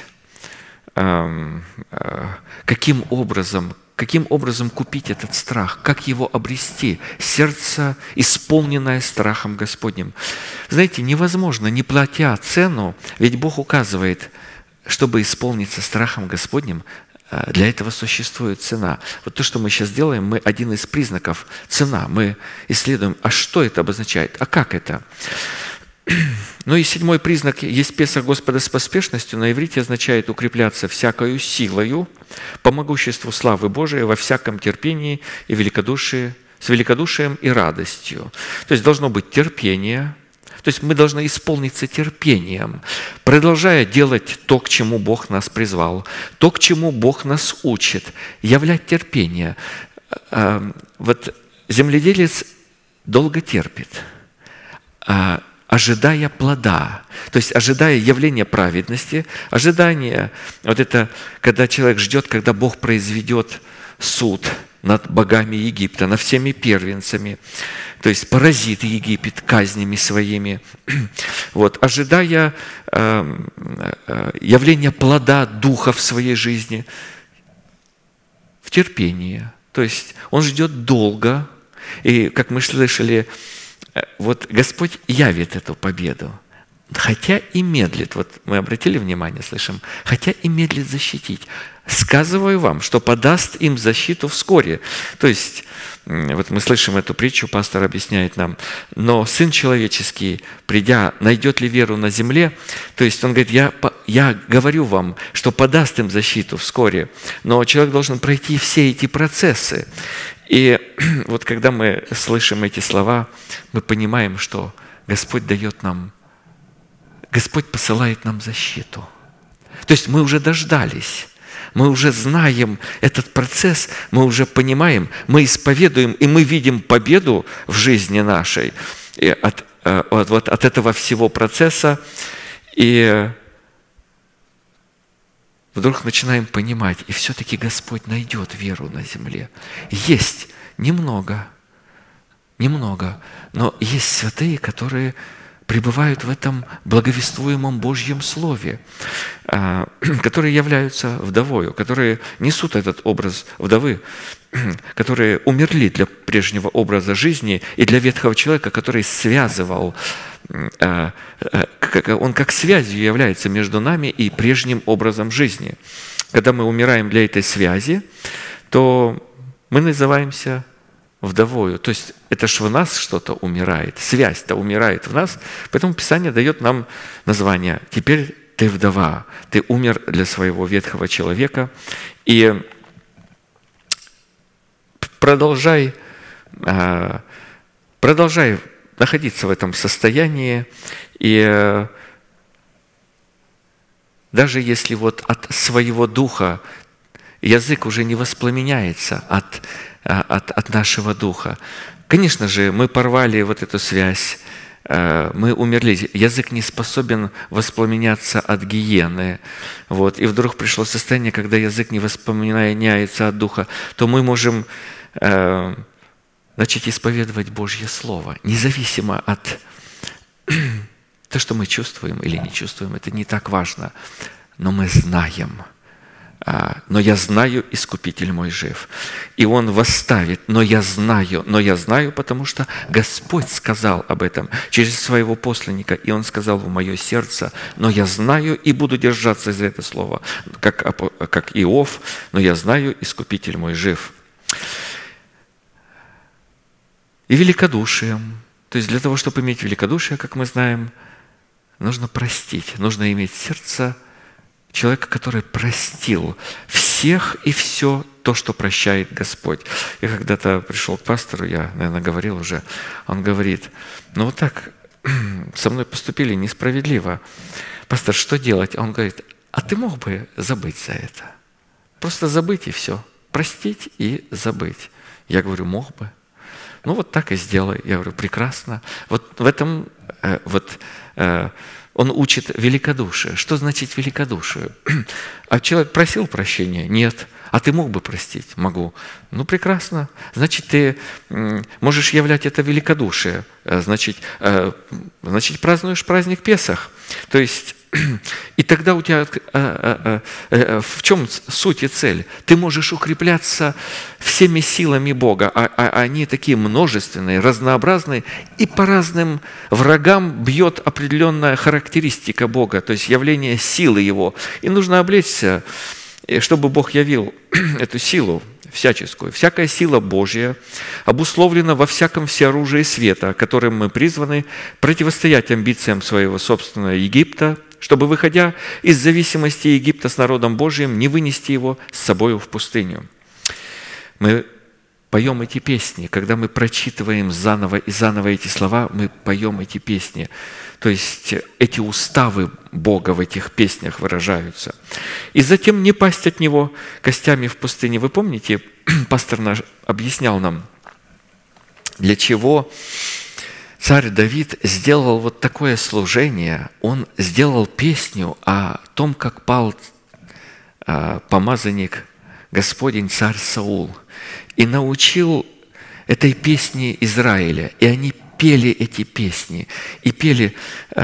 каким образом купить этот страх, как его обрести, сердце, исполненное страхом Господним. Знаете, невозможно, не платя цену, ведь Бог указывает, чтобы исполниться страхом Господним, для этого существует цена. Вот то, что мы сейчас делаем, мы один из признаков – цена. Мы исследуем, а что это обозначает, а как это? Ну и седьмой признак есть Песах Господа с поспешностью. На иврите означает укрепляться всякою силою по могуществу славы Божией во всяком терпении и великодушии, с великодушием и радостью. То есть должно быть терпение. То есть мы должны исполниться терпением, продолжая делать то, к чему Бог нас призвал, то, к чему Бог нас учит, являть терпение. Вот земледелец долго терпит, ожидая плода, то есть ожидая явления праведности, ожидание, вот это, когда человек ждет, когда Бог произведет суд над богами Египта, над всеми первенцами, то есть поразит Египет казнями своими, вот, ожидая явления плода Духа в своей жизни, в терпении, то есть он ждет долго, и, как мы слышали, вот Господь явит эту победу, хотя и медлит. Вот мы обратили внимание, слышим, хотя и медлит защитить. Сказываю вам, что подаст им защиту вскоре. То есть, вот мы слышим эту притчу, пастор объясняет нам, но Сын Человеческий, придя, найдет ли веру на земле? То есть он говорит, я говорю вам, что подаст им защиту вскоре, но человек должен пройти все эти процессы. И вот когда мы слышим эти слова, мы понимаем, что Господь посылает нам защиту. То есть мы уже дождались, мы уже знаем этот процесс, мы уже понимаем, мы исповедуем, и мы видим победу в жизни нашей и от этого всего процесса. И вдруг начинаем понимать, и все-таки Господь найдет веру на земле. Есть немного, но есть святые, которые пребывают в этом благовествуемом Божьем Слове, которые являются вдовою, которые несут этот образ вдовы, которые умерли для прежнего образа жизни и для ветхого человека, который связывал, он как связью является между нами и прежним образом жизни. Когда мы умираем для этой связи, то мы называемся вдовою. То есть это ж в нас что-то умирает, связь-то умирает в нас, поэтому Писание дает нам название «Теперь ты вдова, ты умер для своего ветхого человека». И продолжай находиться в этом состоянии, и даже если вот от своего духа язык уже не воспламеняется от нашего духа. Конечно же, мы порвали вот эту связь, мы умерли. Язык не способен воспламеняться от гиены. Вот. И вдруг пришло состояние, когда язык не воспламеняется от духа, то мы можем начать исповедовать Божье Слово, независимо от того, что мы чувствуем или не чувствуем. Это не так важно. Но мы знаем, но я знаю, Искупитель мой жив. И Он восставит, но я знаю, потому что Господь сказал об этом через Своего посланника, и Он сказал в мое сердце, но я знаю и буду держаться за это слово, как Иов, но я знаю, Искупитель мой жив. И великодушием. То есть для того, чтобы иметь великодушие, как мы знаем, нужно простить, нужно иметь сердце человека, который простил всех и все то, что прощает Господь. Я когда-то пришел к пастору, я, наверное, говорил уже, он говорит, ну вот так со мной поступили несправедливо. Пастор, что делать? Он говорит, а ты мог бы забыть за это? Просто забыть и все. Простить и забыть. Я говорю, мог бы. Ну вот так и сделай. Я говорю, прекрасно. Вот в этом он учит великодушие. Что значит великодушие? А человек просил прощения? Нет. А ты мог бы простить? Могу. Ну, прекрасно. Значит, ты можешь являть это великодушие. Значит, празднуешь праздник Песах. То есть, и тогда у тебя в чем суть и цель? Ты можешь укрепляться всеми силами Бога, а они такие множественные, разнообразные, и по разным врагам бьет определенная характеристика Бога, то есть явление силы Его. И нужно облечься, чтобы Бог явил эту силу всяческую. Всякая сила Божья обусловлена во всяком всеоружии света, которым мы призваны противостоять амбициям своего собственного Египта, чтобы, выходя из зависимости Египта с народом Божьим, не вынести его с собою в пустыню. Мы поем эти песни, когда мы прочитываем заново и заново эти слова, мы поем эти песни. То есть эти уставы Бога в этих песнях выражаются. И затем не пасть от Него костями в пустыне. Вы помните, пастор наш объяснял нам, для чего царь Давид сделал вот такое служение. Он сделал песню о том, как пал помазанник Господень царь Саул, и научил этой песне Израиля. И они пели эти песни, и пели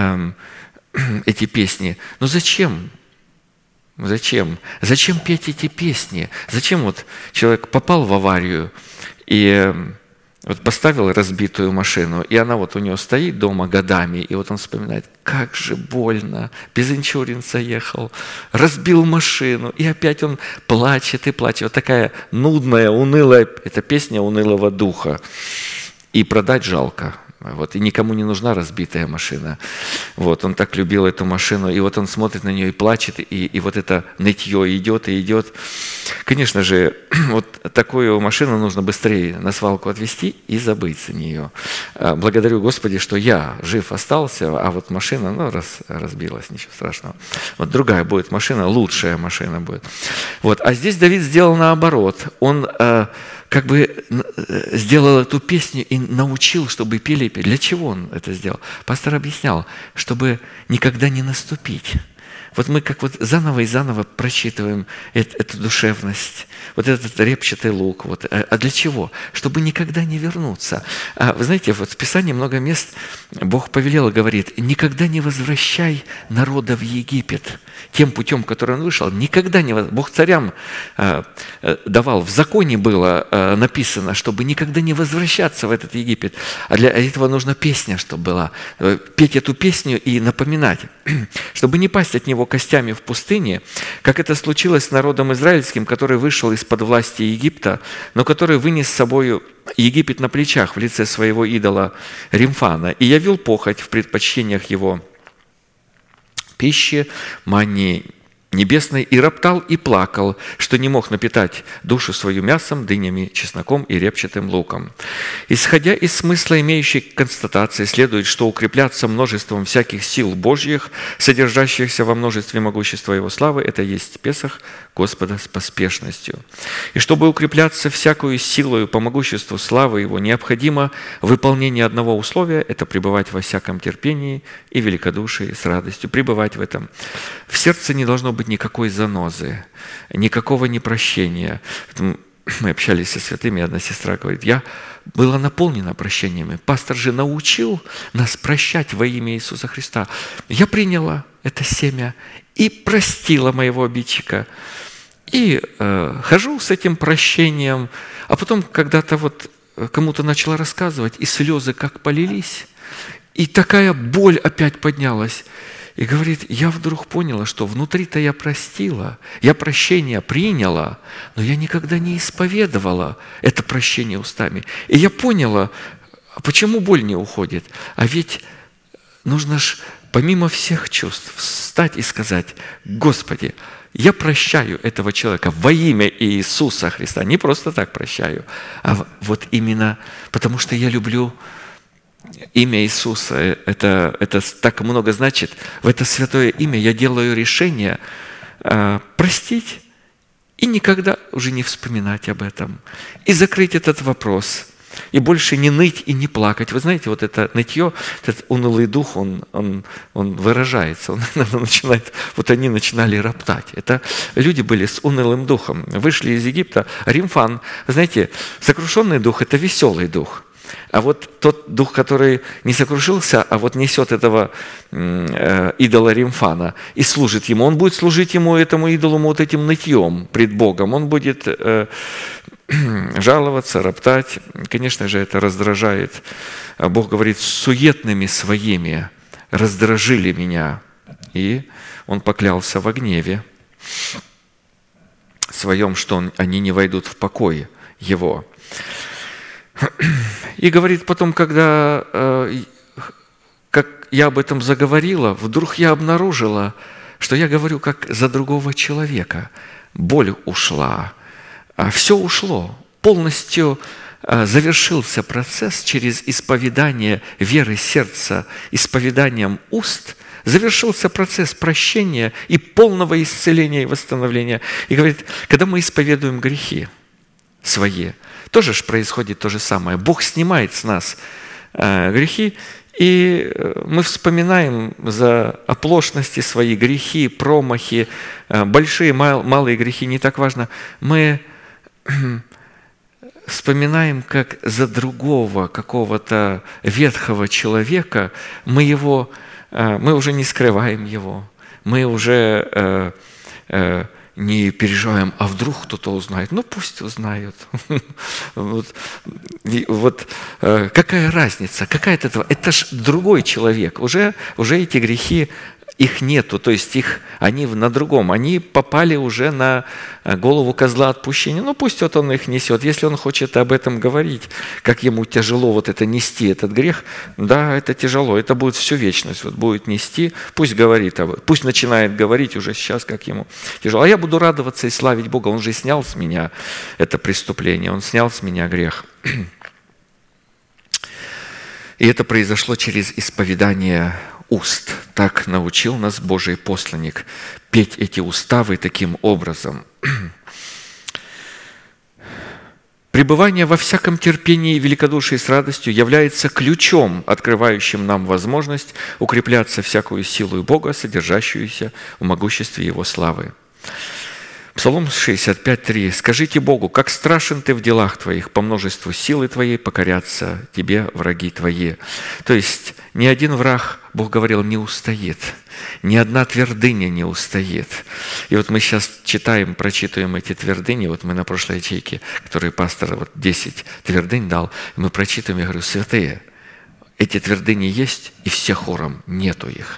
эти песни. Но зачем? Зачем? Зачем петь эти песни? Зачем вот человек попал в аварию и вот поставил разбитую машину, и она вот у него стоит дома годами, и вот он вспоминает, как же больно, без иншуренса ехал, разбил машину, и опять он плачет и плачет. Вот такая нудная, унылая, это песня унылого духа. И продать жалко. Вот, и никому не нужна разбитая машина. Вот, он так любил эту машину, и вот он смотрит на нее и плачет, и вот это нытье идет и идет. Конечно же, вот такую машину нужно быстрее на свалку отвезти и забыть за нее. Благодарю Господи, что я жив остался, а вот машина, разбилась, ничего страшного. Вот другая будет машина, лучшая машина будет. Вот, а здесь Давид сделал наоборот. Он как бы сделал эту песню и научил, чтобы пели. Для чего он это сделал? Пастор объяснял, чтобы никогда не наступить. Вот мы как вот заново и заново прочитываем эту душевность, вот этот репчатый лук. Вот. А для чего? Чтобы никогда не вернуться. Вы знаете, вот в Писании много мест Бог повелел и говорит, никогда не возвращай народа в Египет. Тем путем, который он вышел, никогда не возвращай. Бог царям давал, в законе было написано, чтобы никогда не возвращаться в этот Египет. А для этого нужна песня, чтобы была. Петь эту песню и напоминать, чтобы не пасть от него костями в пустыне, как это случилось с народом израильским, который вышел из-под власти Египта, но который вынес с собой Египет на плечах в лице своего идола Римфана и явил похоть в предпочтениях его пищи, манни небесной, и роптал и плакал, что не мог напитать душу свою мясом, дынями, чесноком и репчатым луком. Исходя из смысла имеющей констатации, следует, что укрепляться множеством всяких сил Божьих, содержащихся во множестве могущества Его славы, это есть Песах Господа с поспешностью. И чтобы укрепляться всякую силою по могуществу славы Его, необходимо выполнение одного условия – это пребывать во всяком терпении и великодушии с радостью, пребывать в этом. В сердце не должно быть никакой занозы, никакого непрощения. Мы общались со святыми, одна сестра говорит, я была наполнена прощениями. Пастор же научил нас прощать во имя Иисуса Христа. Я приняла это семя и простила моего обидчика. И хожу с этим прощением, а потом когда-то вот кому-то начала рассказывать, и слезы как полились, и такая боль опять поднялась. И говорит, я вдруг поняла, что внутри-то я простила, я прощение приняла, но я никогда не исповедовала это прощение устами. И я поняла, почему боль не уходит. А ведь нужно ж помимо всех чувств встать и сказать, Господи, я прощаю этого человека во имя Иисуса Христа. Не просто так прощаю, а вот именно потому, что я люблю имя Иисуса. Это так много значит. В это святое имя я делаю решение простить и никогда уже не вспоминать об этом. И закрыть этот вопрос. И больше не ныть и не плакать. Вы знаете, вот это нытье, этот унылый дух, он выражается. Он начинает, вот они начинали роптать. Это люди были с унылым духом. Вышли из Египта. Римфан, знаете, сокрушенный дух – это веселый дух. А вот тот дух, который не сокрушился, а вот несет этого идола Римфана и служит ему, он будет служить ему, этому идолу, вот этим нытьем пред Богом. Он будет жаловаться, роптать. Конечно же, это раздражает. Бог говорит, суетными своими раздражили меня. И он поклялся во гневе своем, что они не войдут в покой его. И говорит потом, когда как я об этом заговорила, вдруг я обнаружила, что я говорю как за другого человека. Боль ушла, все ушло. Полностью завершился процесс через исповедание веры сердца, исповеданием уст, завершился процесс прощения и полного исцеления и восстановления. И говорит, когда мы исповедуем грехи свои, тоже же происходит то же самое. Бог снимает с нас грехи, и мы вспоминаем за оплошности свои грехи, промахи, большие, малые грехи, не так важно. Мы вспоминаем, как за другого какого-то ветхого человека мы уже не скрываем его, мы уже не переживаем, а вдруг кто-то узнает. Ну, пусть узнают. Вот какая разница? Какая от этого? Это ж другой человек. Уже эти грехи, их нету, то есть они на другом. Они попали уже на голову козла отпущения. Ну, пусть вот он их несет. Если он хочет об этом говорить, как ему тяжело вот это нести, этот грех, да, это тяжело, это будет всю вечность, вот будет нести, пусть говорит об этом, пусть начинает говорить уже сейчас, как ему тяжело. А я буду радоваться и славить Бога, Он же снял с меня это преступление, Он снял с меня грех. И это произошло через исповедание уст. Так научил нас Божий посланник петь эти уставы таким образом. Пребывание во всяком терпении и великодушии с радостью является ключом, открывающим нам возможность укрепляться всякую силу Бога, содержащуюся в могуществе Его славы. Псалом 65:3. «Скажите Богу, как страшен Ты в делах Твоих, по множеству силы Твоей покорятся Тебе враги Твои». То есть ни один враг, Бог говорил, не устоит, ни одна твердыня не устоит. И вот мы сейчас прочитываем эти твердыни, вот мы на прошлой ячейке, которые пастор 10 твердынь дал, мы прочитываем, я говорю, святые, эти твердыни есть, и все хором нету их.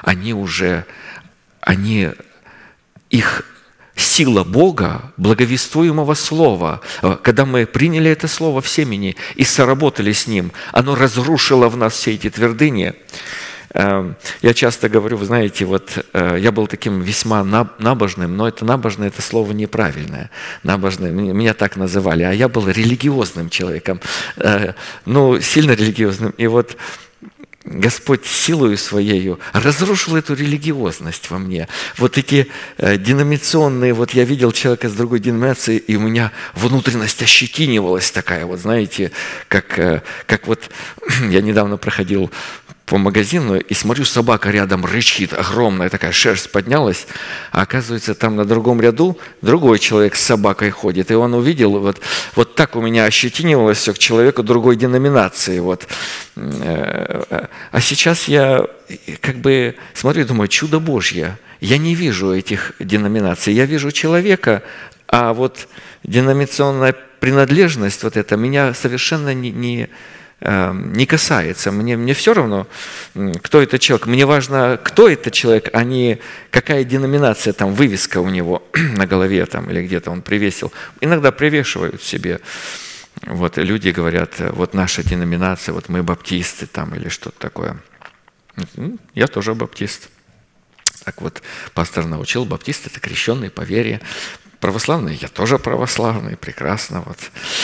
Их сила Бога, благовествуемого Слова, когда мы приняли это Слово в семени и соработали с Ним, оно разрушило в нас все эти твердыни. Я часто говорю, вы знаете, вот я был таким весьма набожным, но это набожное, это слово неправильное. Набожное, меня так называли, а я был религиозным человеком, сильно религиозным. И вот Господь силою Своею разрушил эту религиозность во мне. Вот эти деноминационные, вот я видел человека с другой деноминации, и у меня внутренность ощетинивалась такая, вот знаете, как вот я недавно проходил по магазину и смотрю, собака рядом рычит, огромная такая, шерсть поднялась, а оказывается, там на другом ряду другой человек с собакой ходит, и он увидел, вот так у меня ощетинивалось все к человеку другой деноминации. Вот. А сейчас я как бы смотрю и думаю, чудо Божье. я не вижу этих деноминаций. Я вижу человека, а вот деноминационная принадлежность, вот это, меня совершенно не касается. Мне все равно, кто это человек. Мне важно, кто это человек, а не какая деноминация, там, вывеска у него на голове там, или где-то он привесил. Иногда привешивают себе. Вот, и люди говорят, вот наша деноминация, вот мы баптисты там, или что-то такое. Я тоже баптист. Так вот, пастор научил, баптисты – это крещенные по вере. Православные – я тоже православный, прекрасно. Вот.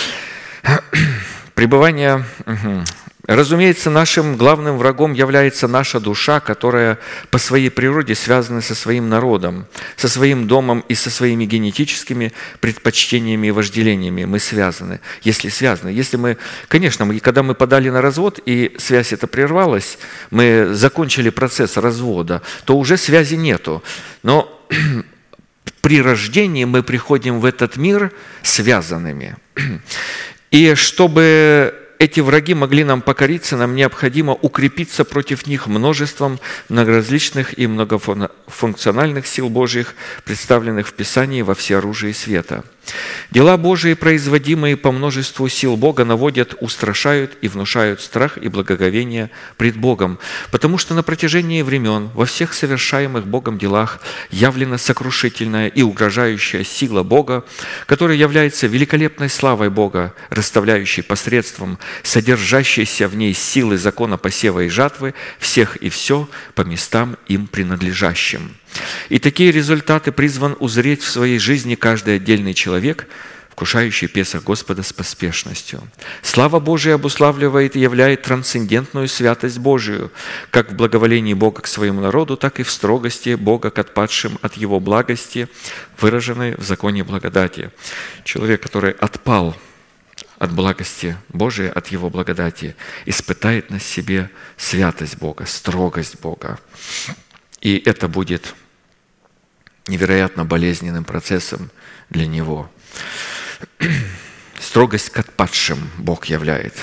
Пребывание, разумеется, нашим главным врагом является наша душа, которая по своей природе связана со своим народом, со своим домом и со своими генетическими предпочтениями и вожделениями. Мы связаны, если связаны. Если мы, конечно, когда мы подали на развод, и связь эта прервалась, мы закончили процесс развода, то уже связи нету. Но при рождении мы приходим в этот мир связанными. И чтобы эти враги могли нам покориться, нам необходимо укрепиться против них множеством многоразличных и многофункциональных сил Божьих, представленных в Писании во всеоружии света. Дела Божии, производимые по множеству сил Бога, наводят, устрашают и внушают страх и благоговение пред Богом, потому что на протяжении времен во всех совершаемых Богом делах явлена сокрушительная и угрожающая сила Бога, которая является великолепной славой Бога, расставляющей посредством содержащейся в ней силы закона посева и жатвы всех и все по местам им принадлежащим. И такие результаты призван узреть в своей жизни каждый отдельный человек, вкушающий Песах Господа с поспешностью. Слава Божия обуславливает и являет трансцендентную святость Божию, как в благоволении Бога к своему народу, так и в строгости Бога к отпадшим от Его благости, выраженной в законе благодати. Человек, который отпал от благости Божией, от Его благодати, испытает на себе святость Бога, строгость Бога. И это будет невероятно болезненным процессом для него. Строгость к отпадшим Бог являет.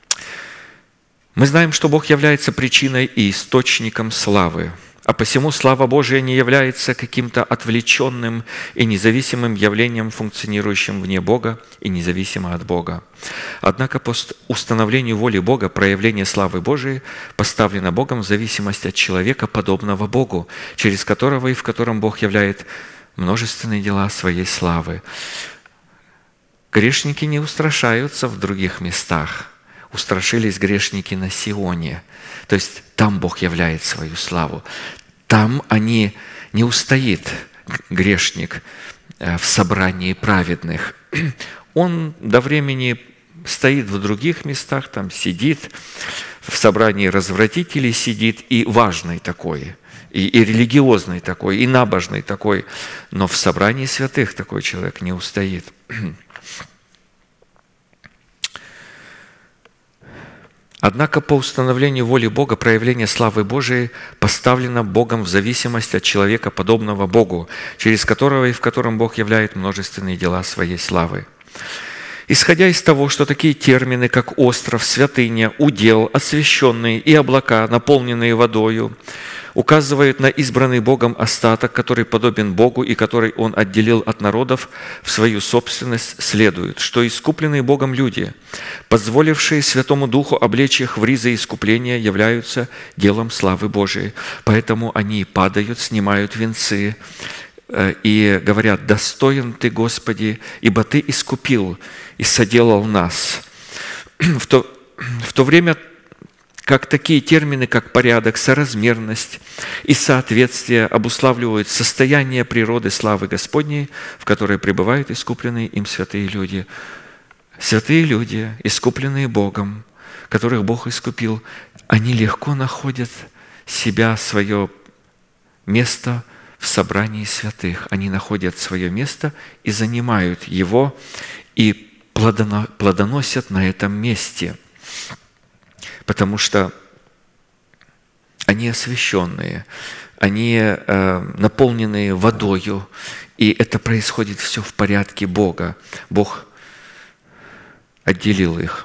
Мы знаем, что Бог является причиной и источником славы, а посему слава Божия не является каким-то отвлеченным и независимым явлением, функционирующим вне Бога и независимо от Бога. Однако по установлению воли Бога проявление славы Божией поставлено Богом в зависимость от человека, подобного Богу, через которого и в котором Бог являет множественные дела своей славы. Грешники не устрашаются в других местах. Устрашились грешники на Сионе. То есть там Бог являет свою славу. Там не устоит грешник в собрании праведных. Он до времени стоит в других местах, там сидит, в собрании развратителей сидит, и важный такой, и религиозный такой, и набожный такой. Но в собрании святых такой человек не устоит. Однако по установлению воли Бога проявление славы Божией поставлено Богом в зависимость от человека, подобного Богу, через которого и в котором Бог являет множественные дела своей славы. Исходя из того, что такие термины, как остров, святыня, удел, освященные и облака, наполненные водою, указывают на избранный Богом остаток, который подобен Богу и который Он отделил от народов в свою собственность, следует, что искупленные Богом люди, позволившие Святому Духу облечь их в ризы искупления, являются делом славы Божией. Поэтому они падают, снимают венцы и говорят: «Достоин Ты, Господи, ибо Ты искупил и соделал нас». В то время как такие термины, как порядок, соразмерность и соответствие обуславливают состояние природы славы Господней, в которой пребывают искупленные им святые люди. Святые люди, искупленные Богом, которых Бог искупил, они легко находят себя, свое место в собрании святых. Они находят свое место и занимают его, и плодоносят на этом месте. Потому что они освященные, они наполненные водою, и это происходит все в порядке Бога. Бог отделил их.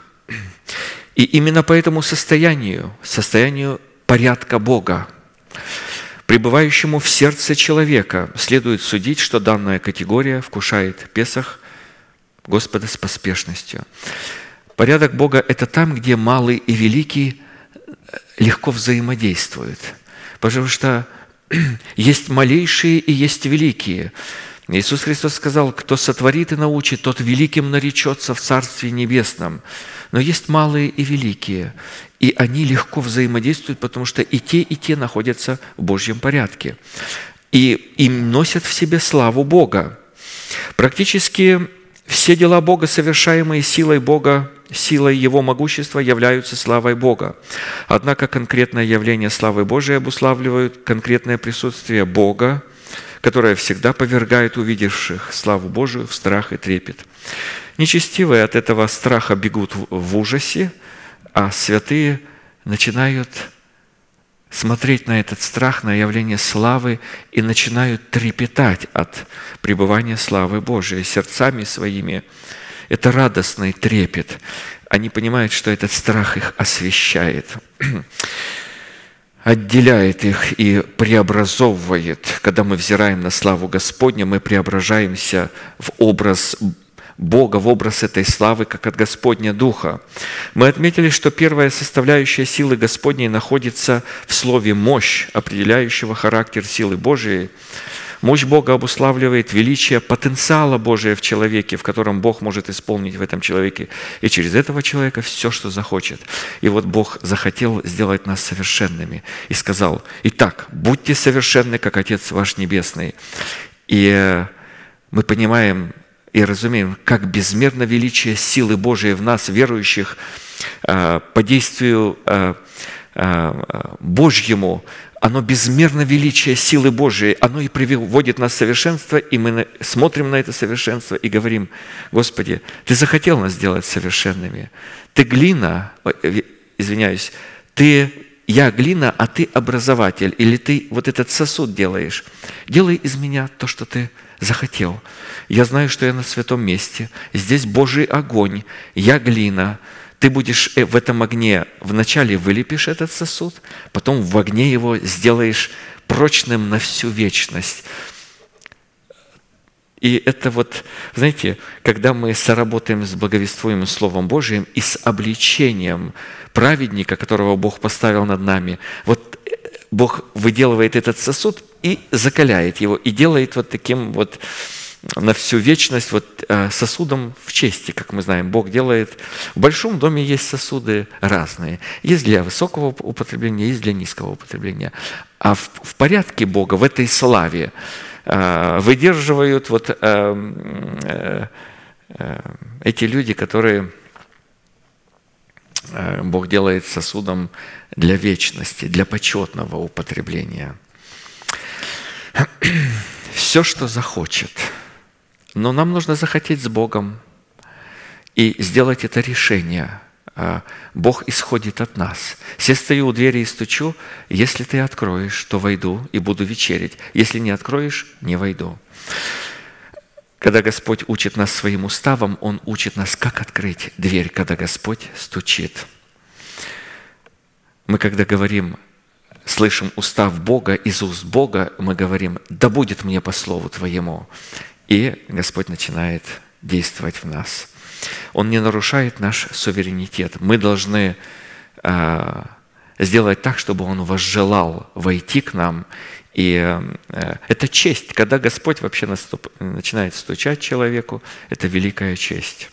И именно по этому состоянию порядка Бога, Пребывающему в сердце человека следует судить, что данная категория вкушает Песах Господа с поспешностью. Порядок Бога – это там, где малый и великий легко взаимодействуют. Потому что есть малейшие и есть великие. Иисус Христос сказал: «Кто сотворит и научит, тот великим наречется в Царстве Небесном». Но есть малые и великие, и они легко взаимодействуют, потому что и те находятся в Божьем порядке. И им носят в себе славу Бога. Практически все дела Бога, совершаемые силой Бога, силой Его могущества, являются славой Бога. Однако конкретное явление славы Божией обуславливают конкретное присутствие Бога, которое всегда повергает увидевших славу Божию в страх и трепет. Нечестивые от этого страха бегут в ужасе, а святые начинают смотреть на этот страх, на явление славы и начинают трепетать от пребывания славы Божией сердцами своими. Это радостный трепет. Они понимают, что этот страх их освящает, отделяет их и преобразовывает. Когда мы взираем на славу Господню, мы преображаемся в образ Бога, в образ этой славы, как от Господня Духа. Мы отметили, что первая составляющая силы Господней находится в слове «мощь», определяющего характер силы Божией. Мощь Бога обуславливает величие потенциала Божия в человеке, в котором Бог может исполнить в этом человеке, и через этого человека все, что захочет. И вот Бог захотел сделать нас совершенными и сказал: «Итак, будьте совершенны, как Отец ваш Небесный». И мы понимаем и разумеем, как безмерно величие силы Божией в нас, верующих, по действию Божьему, оно безмерно величие силы Божией, оно и приводит нас в совершенство, и мы смотрим на это совершенство и говорим: «Господи, Ты захотел нас сделать совершенными. Ты глина, извиняюсь, я глина, а Ты образователь, или Ты вот этот сосуд делаешь. Делай из меня то, что Ты захотел. Я знаю, что я на святом месте. Здесь Божий огонь, я глина. Ты будешь в этом огне вначале вылепишь этот сосуд, потом в огне его сделаешь прочным на всю вечность». И это вот, знаете, когда мы соработаем с благовествуемым Словом Божиим и с обличением праведника, которого Бог поставил над нами, вот Бог выделывает этот сосуд и закаляет его, и делает вот таким вот на всю вечность вот сосудом в чести, как мы знаем. Бог делает. В большом доме есть сосуды разные. Есть для высокого употребления, есть для низкого употребления. А в порядке Бога, в этой славе, выдерживают вот эти люди, которые Бог делает сосудом для вечности, для почетного употребления. Все, что захочет. Но нам нужно захотеть с Богом и сделать это решение. Бог исходит от нас. «Се стою у двери и стучу, если ты откроешь, то войду и буду вечерять. Если не откроешь, не войду». Когда Господь учит нас своим уставом, Он учит нас, как открыть дверь, когда Господь стучит. Мы, когда говорим, слышим устав Бога, из уст Бога, мы говорим: «Да будет мне по слову Твоему». И Господь начинает действовать в нас. Он не нарушает наш суверенитет. Мы должны сделать так, чтобы Он возжелал войти к нам. И это честь. Когда Господь вообще начинает стучать человеку, это великая честь.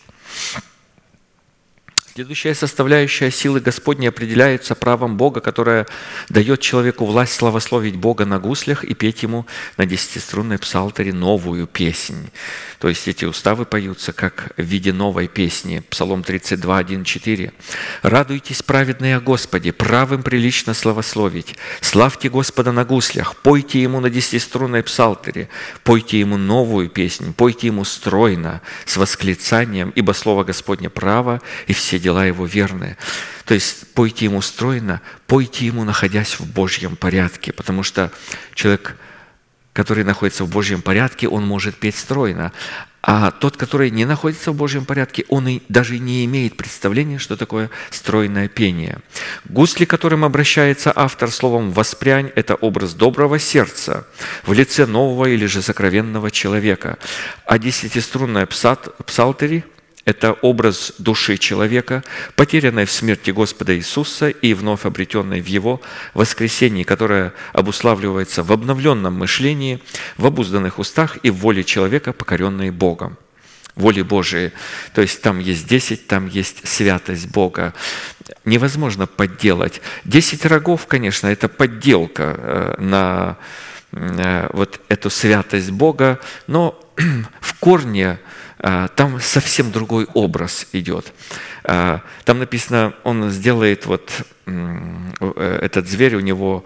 Следующая составляющая силы Господней определяется правом Бога, которое дает человеку власть славословить Бога на гуслях и петь Ему на 10-струнной псалтере новую песнь. То есть эти уставы поются как в виде новой песни. Псалом 32, 1-4. «Радуйтесь, праведные, о Господе, правым прилично славословить. Славьте Господа на гуслях, пойте Ему на 10-струнной псалтере, пойте Ему новую песнь, пойте Ему стройно, с восклицанием, ибо Слово Господне право, и все дела Его верные». То есть пойте Ему стройно, пойте Ему, находясь в Божьем порядке, потому что человек который находится в Божьем порядке, он может петь стройно. А тот, который не находится в Божьем порядке, он и даже не имеет представления, что такое стройное пение. Гусли, к которым обращается автор словом «воспрянь», это образ доброго сердца в лице нового или же сокровенного человека. А десятиструнная псалтыри – это образ души человека, потерянной в смерти Господа Иисуса и вновь обретенной в Его воскресении, которая обуславливается в обновленном мышлении, в обузданных устах и в воле человека, покоренной Богом. Воле Божией. То есть там есть 10, там есть святость Бога. Невозможно подделать. 10 рогов, конечно, это подделка на вот эту святость Бога, но в корне там совсем другой образ идет. Там написано, он сделает вот этот зверь, у него,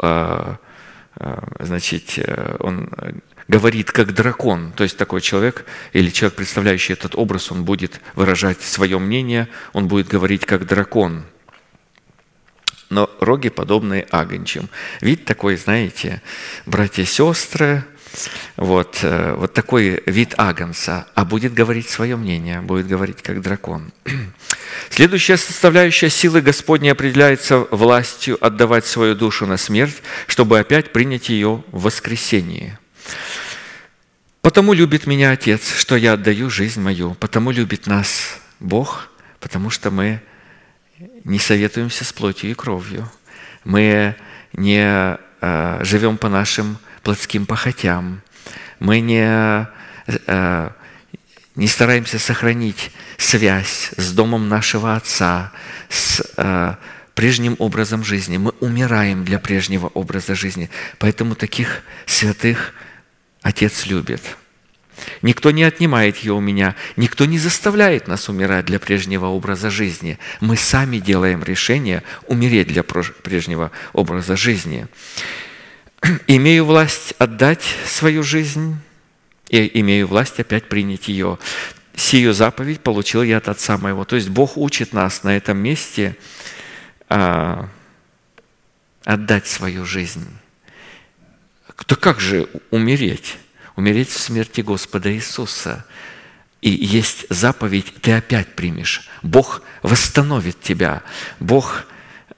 значит, он говорит как дракон. То есть такой человек или человек, представляющий этот образ, он будет выражать свое мнение, он будет говорить как дракон. Но роги подобные агнчим. Вид такой, знаете, братья и сестры, вот такой вид агнца, а будет говорить свое мнение, будет говорить как дракон. Следующая составляющая силы Господней определяется властью отдавать свою душу на смерть, чтобы опять принять ее в воскресении. «Потому любит меня Отец, что я отдаю жизнь мою, потому любит нас Бог, потому что мы не советуемся с плотью и кровью, мы не живем по нашим плотским похотям, мы не стараемся сохранить связь с домом нашего Отца, с прежним образом жизни. Мы умираем для прежнего образа жизни. Поэтому таких святых Отец любит. Никто не отнимает ее у меня, никто не заставляет нас умирать для прежнего образа жизни. Мы сами делаем решение умереть для прежнего образа жизни. Имею власть отдать свою жизнь, и имею власть опять принять ее. Сию заповедь получил я от Отца моего». То есть Бог учит нас на этом месте отдать свою жизнь. То как же умереть? Умереть в смерти Господа Иисуса. И есть заповедь, ты опять примешь. Бог восстановит тебя. Бог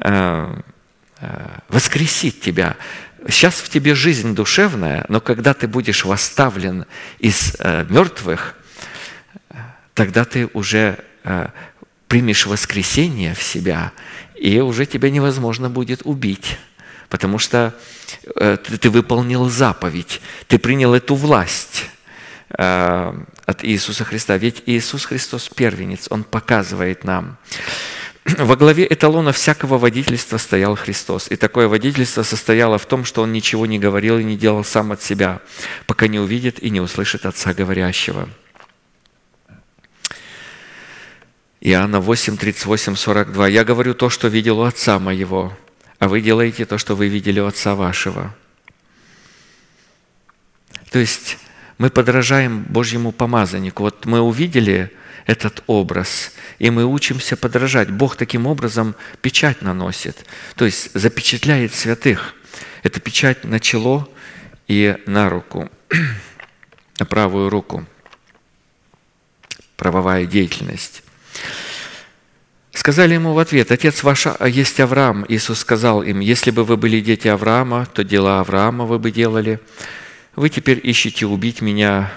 воскресит тебя. Сейчас в тебе жизнь душевная, но когда ты будешь восставлен из мертвых, тогда ты уже примешь воскресение в себя, и уже тебя невозможно будет убить, потому что ты выполнил заповедь, ты принял эту власть от Иисуса Христа. Ведь Иисус Христос первенец, Он показывает нам. Во главе эталона всякого водительства стоял Христос. И такое водительство состояло в том, что Он ничего не говорил и не делал сам от себя, пока не увидит и не услышит Отца говорящего. Иоанна 8, 38, 42. «Я говорю то, что видел у Отца моего, а вы делаете то, что вы видели у Отца вашего». То есть мы подражаем Божьему помазаннику. Вот мы увидели этот образ, и мы учимся подражать. Бог таким образом печать наносит, то есть запечатляет святых. Это печать на чело и на руку, на правую руку. Правовая деятельность. Сказали ему в ответ: «Отец ваш есть Авраам». Иисус сказал им: «Если бы вы были дети Авраама, то дела Авраама вы бы делали. Вы теперь ищете убить меня,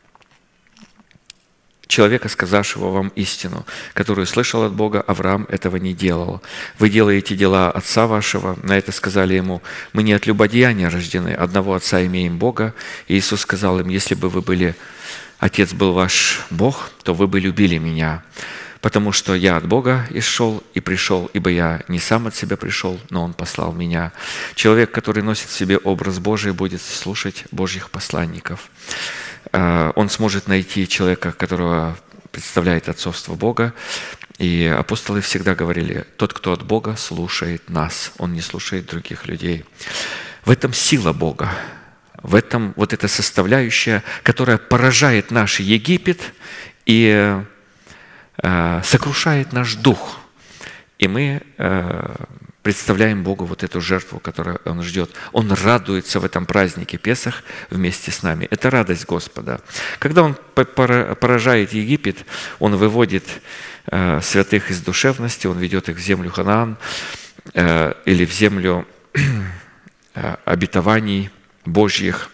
человека, сказавшего вам истину, которую слышал от Бога. Авраам этого не делал. Вы делаете дела отца вашего». На это сказали ему: «Мы не от любодеяния рождены, одного отца имеем Бога». И Иисус сказал им: «Если бы вы были, Отец был ваш Бог, то вы бы любили меня, потому что я от Бога исшел и пришел, ибо я не сам от себя пришел, но Он послал меня». Человек, который носит в себе образ Божий, будет слушать Божьих посланников. Он сможет найти человека, которого представляет отцовство Бога. И апостолы всегда говорили: тот, кто от Бога, слушает нас. Он не слушает других людей. В этом сила Бога. В этом вот эта составляющая, которая поражает наш Египет и сокрушает наш дух. И мы представляем Богу вот эту жертву, которую Он ждет. Он радуется в этом празднике Песах вместе с нами. Это радость Господа. Когда Он поражает Египет, Он выводит святых из душевности, Он ведет их в землю Ханаан или в землю обетований Божьих,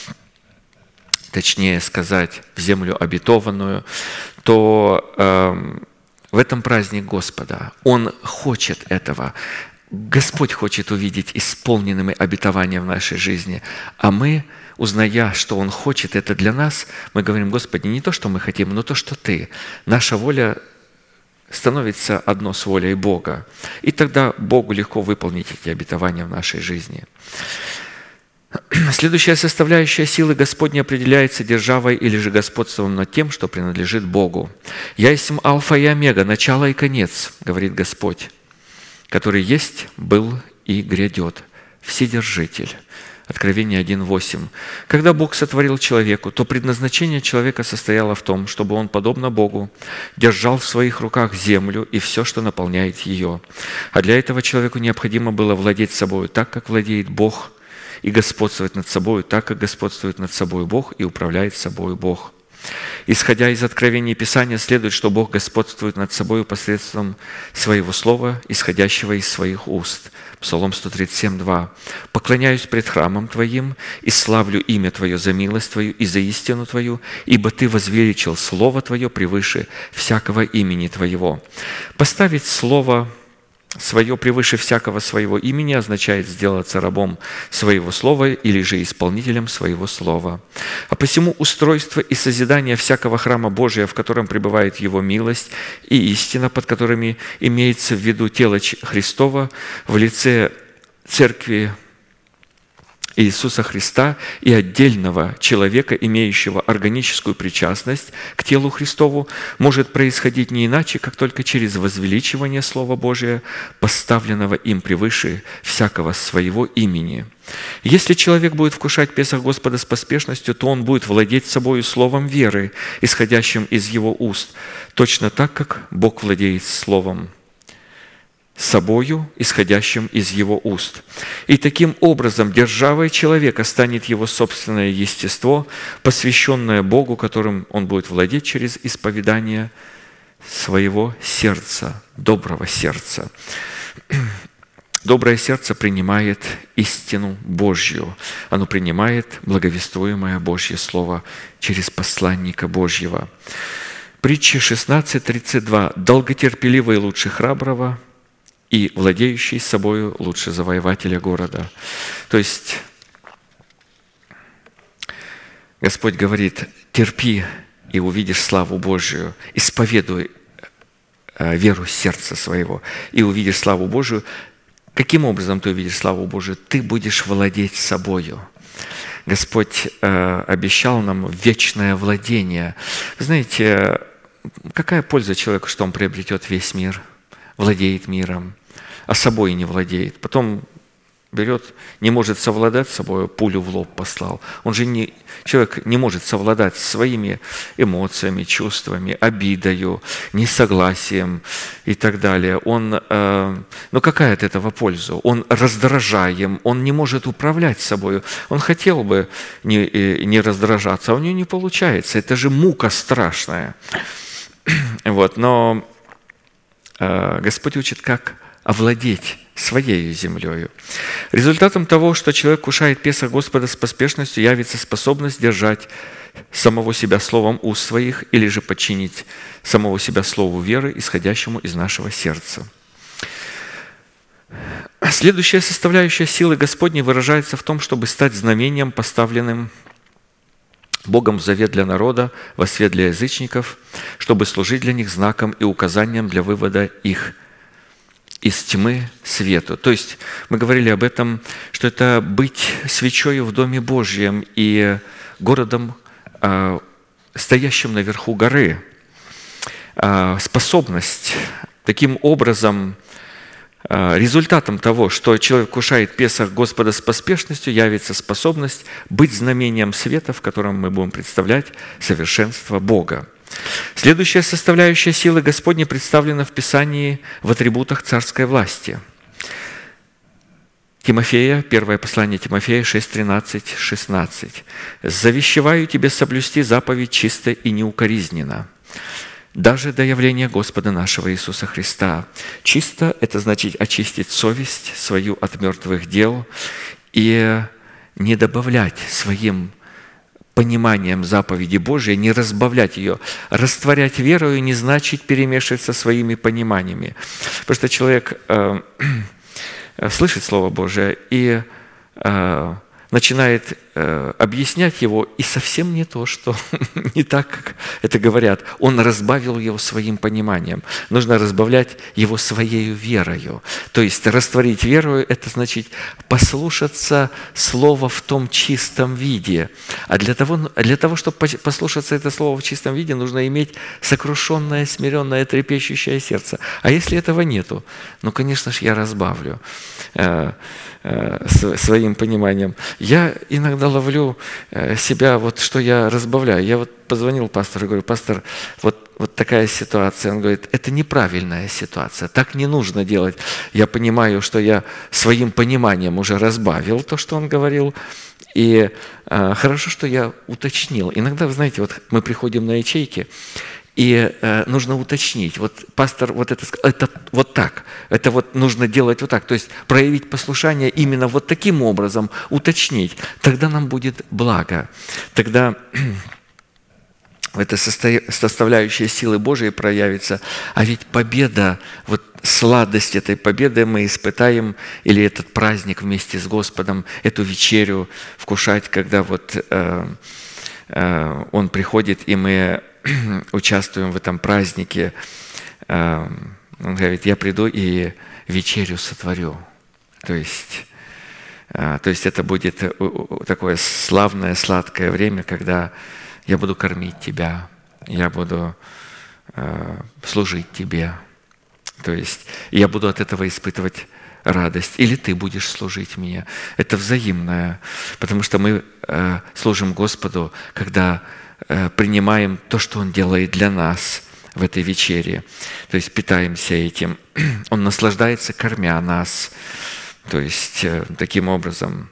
точнее сказать, в землю обетованную, то в этом праздник Господа. Он хочет этого. Господь хочет увидеть исполненными обетования в нашей жизни. А мы, узная, что Он хочет это для нас, мы говорим: Господи, не то, что мы хотим, но то, что Ты. Наша воля становится одно с волей Бога. И тогда Богу легко выполнить эти обетования в нашей жизни. Следующая составляющая силы Господней определяется державой или же господством над тем, что принадлежит Богу. «Я есть Алфа и Омега, начало и конец, говорит Господь, который есть, был и грядет, Вседержитель». Откровение 1:8. Когда Бог сотворил человеку, то предназначение человека состояло в том, чтобы он, подобно Богу, держал в своих руках землю и все, что наполняет ее. А для этого человеку необходимо было владеть собой так, как владеет Бог, и господствовать над собой так, как господствует над собой Бог и управляет собой Бог. Исходя из откровений Писания, следует, что Бог господствует над собой посредством Своего Слова, исходящего из Своих уст. Псалом 137:2. «Поклоняюсь пред храмом Твоим и славлю имя Твое за милость Твою и за истину Твою, ибо Ты возвеличил Слово Твое превыше всякого имени Твоего». Поставить Слово Свое превыше всякого своего имени означает сделаться рабом своего слова или же исполнителем своего слова. А посему устройство и созидание всякого храма Божия, в котором пребывает Его милость и истина, под которыми имеется в виду тело Христова в лице Церкви Иисуса Христа и отдельного человека, имеющего органическую причастность к телу Христову, может происходить не иначе, как только через возвеличивание Слова Божия, поставленного им превыше всякого своего имени. Если человек будет вкушать Песах Господа с поспешностью, то он будет владеть собою словом веры, исходящим из его уст, точно так, как Бог владеет словом собою, исходящим из его уст. И таким образом державой человека станет его собственное естество, посвященное Богу, которым он будет владеть через исповедание своего сердца, доброго сердца. Доброе сердце принимает истину Божью. Оно принимает благовествуемое Божье Слово через посланника Божьего. Притча 16:32. «Долготерпеливый лучше храброго, и владеющий собою лучше завоевателя города». То есть Господь говорит: терпи и увидишь славу Божию, исповедуй веру сердца своего и увидишь славу Божию. Каким образом ты увидишь славу Божию? Ты будешь владеть собою. Господь обещал нам вечное владение. Знаете, какая польза человеку, что он приобретет весь мир, владеет миром, а собой не владеет? Потом берет, не может совладать с собой, пулю в лоб послал. Человек не может совладать с своими эмоциями, чувствами, обидою, несогласием и так далее. Но какая от этого польза? Он раздражаем, он не может управлять собой. Он хотел бы не раздражаться, а у него не получается. Это же мука страшная. Но Господь учит, как овладеть своей землею. Результатом того, что человек кушает Песах Господа с поспешностью, явится способность держать самого себя словом уст своих или же подчинить самого себя слову веры, исходящему из нашего сердца. Следующая составляющая силы Господней выражается в том, чтобы стать знамением, поставленным Богом в завет для народа, во свет для язычников, чтобы служить для них знаком и указанием для вывода их из тьмы свету. То есть мы говорили об этом, что это быть свечою в Доме Божьем и городом, стоящим наверху горы. Способность таким образом, результатом того, что человек кушает Песах Господа с поспешностью, явится способность быть знамением света, в котором мы будем представлять совершенство Бога. Следующая составляющая силы Господней представлена в Писании в атрибутах царской власти. Тимофея, первое послание Тимофея 6:13, 16. «Завещеваю тебе соблюсти заповедь чисто и неукоризненно, даже до явления Господа нашего Иисуса Христа». Чисто – это значит очистить совесть свою от мертвых дел и не добавлять своим пониманием заповеди Божией, не разбавлять ее. Растворять верою не значит перемешивать со своими пониманиями. Потому что человек слышит Слово Божие и начинает объяснять его, и совсем не то, что не так, как это говорят. Он разбавил его своим пониманием. Нужно разбавлять его своей верою. То есть растворить верою – это значит послушаться Слова в том чистом виде. А для того, чтобы послушаться это Слово в чистом виде, нужно иметь сокрушенное, смиренное, трепещущее сердце. А если этого нету, ну, конечно же, я разбавлю своим пониманием. Я иногда ловлю себя, вот что я разбавляю. Я вот позвонил пастору и говорю: пастор, вот такая ситуация. Он говорит: это неправильная ситуация, так не нужно делать. Я понимаю, что я своим пониманием уже разбавил то, что он говорил. И хорошо, что я уточнил. Иногда, вы знаете, вот мы приходим на ячейки, и нужно уточнить. Вот пастор вот это сказал, это вот так. Это вот нужно делать вот так. То есть проявить послушание именно вот таким образом, уточнить. Тогда нам будет благо. Тогда эта составляющая силы Божией проявится. А ведь победа, вот сладость этой победы мы испытаем, или этот праздник вместе с Господом, эту вечерю вкушать, когда вот Он приходит, и мы участвуем в этом празднике. Он говорит: я приду и вечерю сотворю. То есть это будет такое славное, сладкое время, когда я буду кормить тебя, я буду служить тебе. То есть я буду от этого испытывать радость, или ты будешь служить мне. Это взаимное, потому что мы служим Господу, когда принимаем то, что Он делает для нас в этой вечере. То есть питаемся этим. Он наслаждается, кормя нас. То есть таким образом.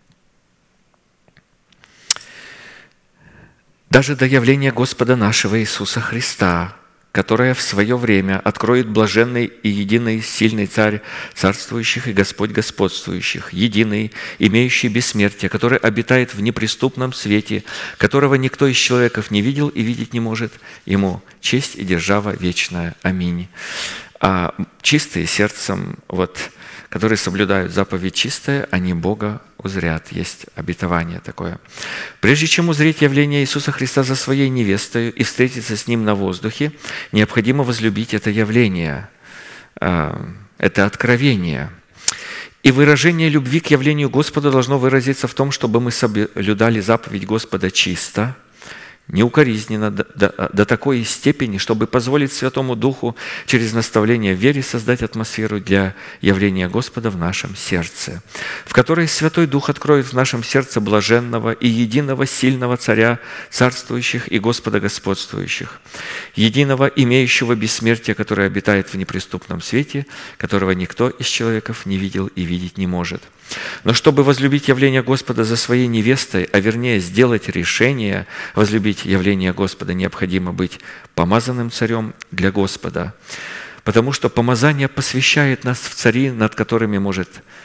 Даже до явления Господа нашего Иисуса Христа, которое в свое время откроет блаженный и единый сильный Царь царствующих и Господь господствующих, единый, имеющий бессмертие, который обитает в неприступном свете, которого никто из человеков не видел и видеть не может. Ему честь и держава вечная. Аминь. А чистые сердцем, которые соблюдают заповедь чистая, они Бога узрят. Есть обетование такое. Прежде чем узреть явление Иисуса Христа за своей невестой и встретиться с Ним на воздухе, необходимо возлюбить это явление, это откровение. И выражение любви к явлению Господа должно выразиться в том, чтобы мы соблюдали заповедь Господа чисто, неукоризненно, до такой степени, чтобы позволить Святому Духу через наставление в вере создать атмосферу для явления Господа в нашем сердце, в которой Святой Дух откроет в нашем сердце блаженного и единого сильного Царя царствующих и Господа господствующих, единого, имеющего бессмертие, который обитает в неприступном свете, которого никто из человеков не видел и видеть не может. Но чтобы возлюбить явление Господа за своей невестой, а вернее сделать решение возлюбить явление Господа, необходимо быть помазанным царем для Господа, потому что помазание посвящает нас в цари, над которыми может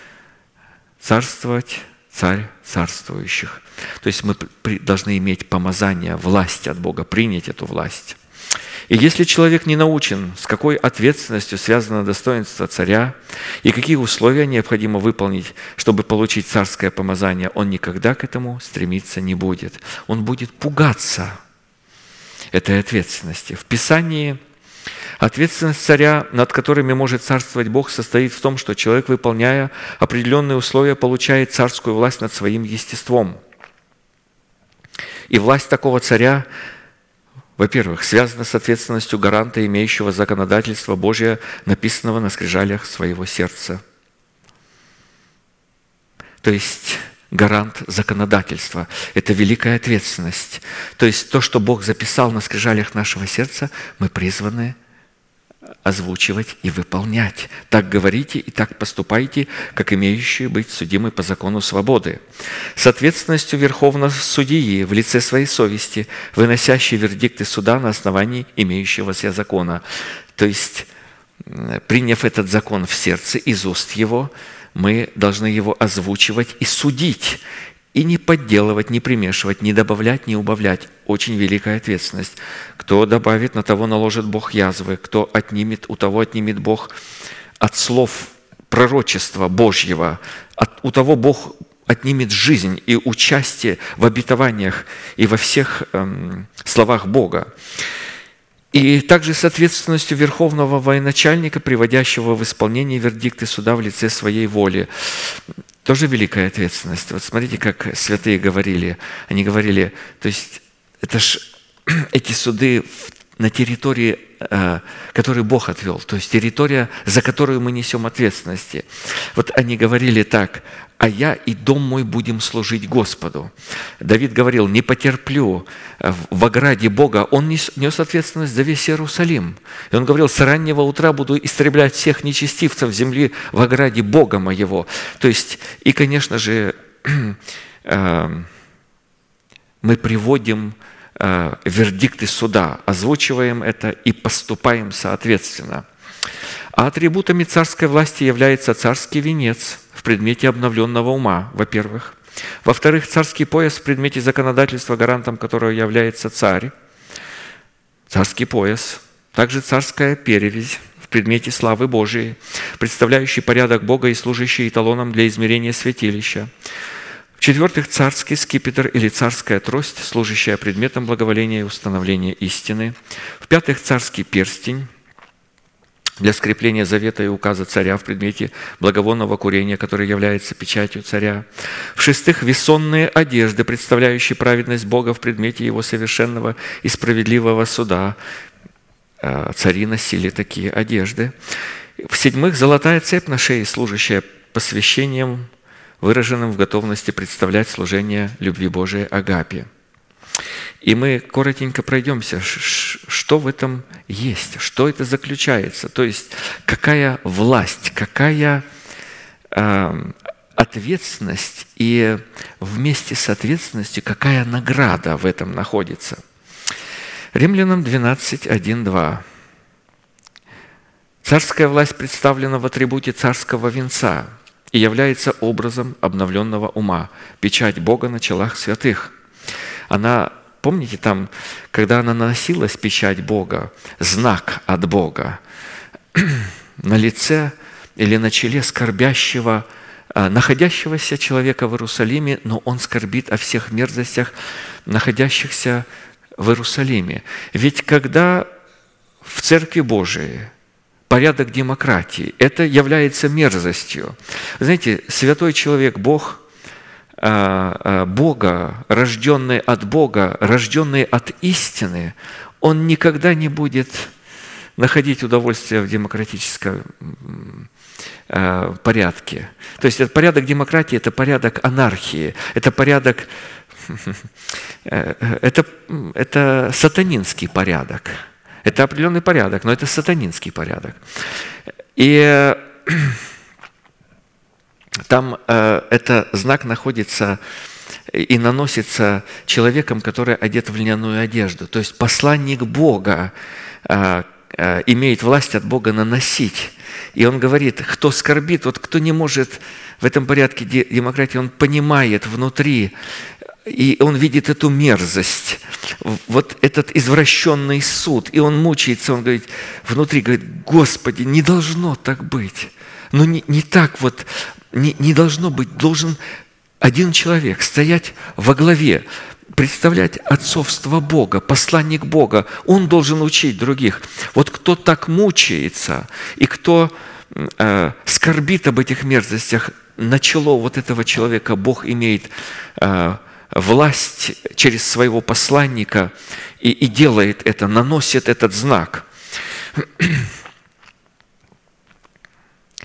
царствовать Царь царствующих. То есть мы должны иметь помазание, власть от Бога, принять эту власть. И если человек не научен, с какой ответственностью связано достоинство царя и какие условия необходимо выполнить, чтобы получить царское помазание, он никогда к этому стремиться не будет. Он будет пугаться этой ответственности. В Писании ответственность царя, над которыми может царствовать Бог, состоит в том, что человек, выполняя определенные условия, получает царскую власть над своим естеством. И власть такого царя, во-первых, связано с ответственностью гаранта, имеющего законодательство Божие, написанного на скрижалях своего сердца. То есть гарант законодательства – это великая ответственность. То есть то, что Бог записал на скрижалях нашего сердца, мы призваны озвучивать и выполнять. Так говорите и так поступайте, как имеющие быть судимы по закону свободы. С ответственностью верховного судьи в лице своей совести, выносящий вердикты суда на основании имеющегося закона. То есть, приняв этот закон в сердце, из уст его, мы должны его озвучивать и судить, и не подделывать, не примешивать, не добавлять, не убавлять. Очень великая ответственность. Кто добавит, на того наложит Бог язвы. Кто отнимет, у того отнимет Бог от слов пророчества Божьего. У того Бог отнимет жизнь и участие в обетованиях и во всех словах Бога. И также с ответственностью верховного военачальника, приводящего в исполнение вердикты суда в лице своей воли. Тоже великая ответственность. Вот смотрите, как святые говорили. Они говорили, то есть это ж эти суды на территории, которую Бог отвел, то есть территория, за которую мы несем ответственности. Вот они говорили так: «А я и дом мой будем служить Господу». Давид говорил: «Не потерплю в ограде Бога». Он нес ответственность за весь Иерусалим. И он говорил: «С раннего утра буду истреблять всех нечестивцев земли в ограде Бога моего». То есть, и, конечно же, мы приводим вердикты суда, озвучиваем это и поступаем соответственно. А атрибутами царской власти является царский венец в предмете обновленного ума, во-первых. Во-вторых, царский пояс в предмете законодательства, гарантом которого является царь. Царский пояс. Также царская перевязь в предмете славы Божией, представляющий порядок Бога и служащий эталоном для измерения святилища. В-четвертых, царский скипетр или царская трость, служащая предметом благоволения и установления истины. В-пятых, царский перстень для скрепления завета и указа царя в предмете благовонного курения, который является печатью царя. В-шестых, весонные одежды, представляющие праведность Бога в предмете Его совершенного и справедливого суда. Цари носили такие одежды. В-седьмых, золотая цепь на шее, служащая посвящением, выраженным в готовности представлять служение любви Божией Агапе. И мы коротенько пройдемся, что в этом есть, что это заключается, то есть какая власть, какая ответственность и вместе с ответственностью какая награда в этом находится. Римлянам 12, 1, 2. Царская власть представлена в атрибуте царского венца и является образом обновленного ума, печать Бога на челах святых. Она, помните, там, когда она наносилась, печать Бога, знак от Бога, на лице или на челе скорбящего, находящегося человека в Иерусалиме, но он скорбит о всех мерзостях, находящихся в Иерусалиме. Ведь когда в Церкви Божией порядок демократии, это является мерзостью. Знаете, святой человек, Бога, рожденный от Бога, рожденный от истины, он никогда не будет находить удовольствие в демократическом порядке. То есть порядок демократии – это порядок анархии, это порядок, это сатанинский порядок. Это определенный порядок, но это сатанинский порядок. И там этот знак находится и наносится человеком, который одет в льняную одежду. То есть посланник Бога имеет власть от Бога наносить. И он говорит, кто скорбит, вот кто не может в этом порядке демократии, он понимает внутри, и он видит эту мерзость, вот этот извращенный суд, и он мучается, он говорит, внутри говорит, Господи, не должно так быть. Но не так вот, не должно быть, должен один человек стоять во главе, представлять отцовство Бога, посланник Бога. Он должен учить других. Вот кто так мучается, и кто скорбит об этих мерзостях, на чело вот этого человека Бог имеет власть через своего посланника и делает это, наносит этот знак.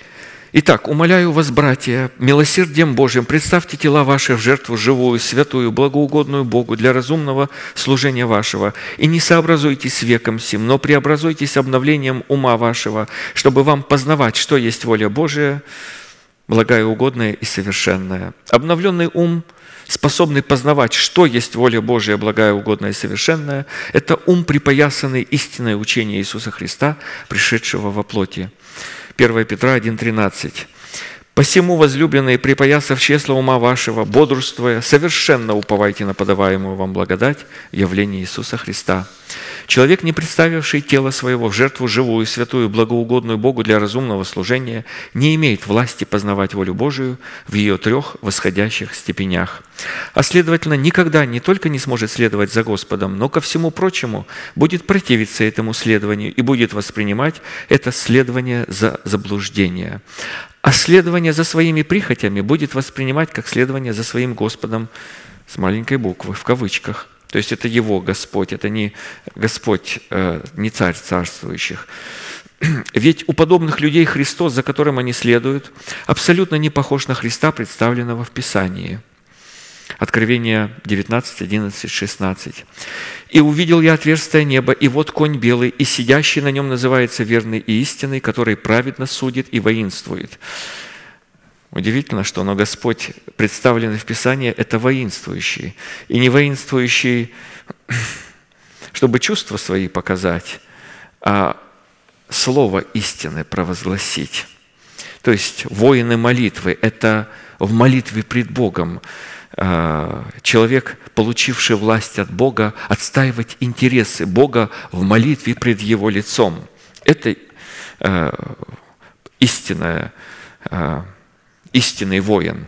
Итак, умоляю вас, братья, милосердием Божьим, представьте тела ваши в жертву живую, святую, благоугодную Богу для разумного служения вашего. И не сообразуйтесь веком сим, но преобразуйтесь обновлением ума вашего, чтобы вам познавать, что есть воля Божия, благая, угодная и совершенная. Обновленный ум, способный познавать, что есть воля Божия, благая, угодная и совершенная, это ум, припоясанный истинное учение Иисуса Христа, пришедшего во плоти. 1 Петра 1,13. «Посему, возлюбленные, припоясав чресло ума вашего, бодрствуя, совершенно уповайте на подаваемую вам благодать в явлении Иисуса Христа. Человек, не представивший тело своего в жертву живую, святую, благоугодную Богу для разумного служения, не имеет власти познавать волю Божию в ее 3 восходящих степенях. А следовательно, никогда не только не сможет следовать за Господом, но ко всему прочему будет противиться этому следованию и будет воспринимать это следование за заблуждение. А следование за своими прихотями будет воспринимать как следование за своим Господом с маленькой буквы, в кавычках. То есть это Его Господь, это не Господь, не Царь царствующих. Ведь у подобных людей Христос, за которым они следуют, абсолютно не похож на Христа, представленного в Писании. Откровение 19, 11, 16. «И увидел я отверстие неба, и вот конь белый, и сидящий на нем называется верный и истинный, который праведно судит и воинствует». Удивительно, что но Господь, представленный в Писании, это воинствующий. И не воинствующий, чтобы чувства свои показать, а слово истины провозгласить. То есть воины молитвы – это в молитве пред Богом. Человек, получивший власть от Бога, отстаивать интересы Бога в молитве пред Его лицом. Это истинный воин.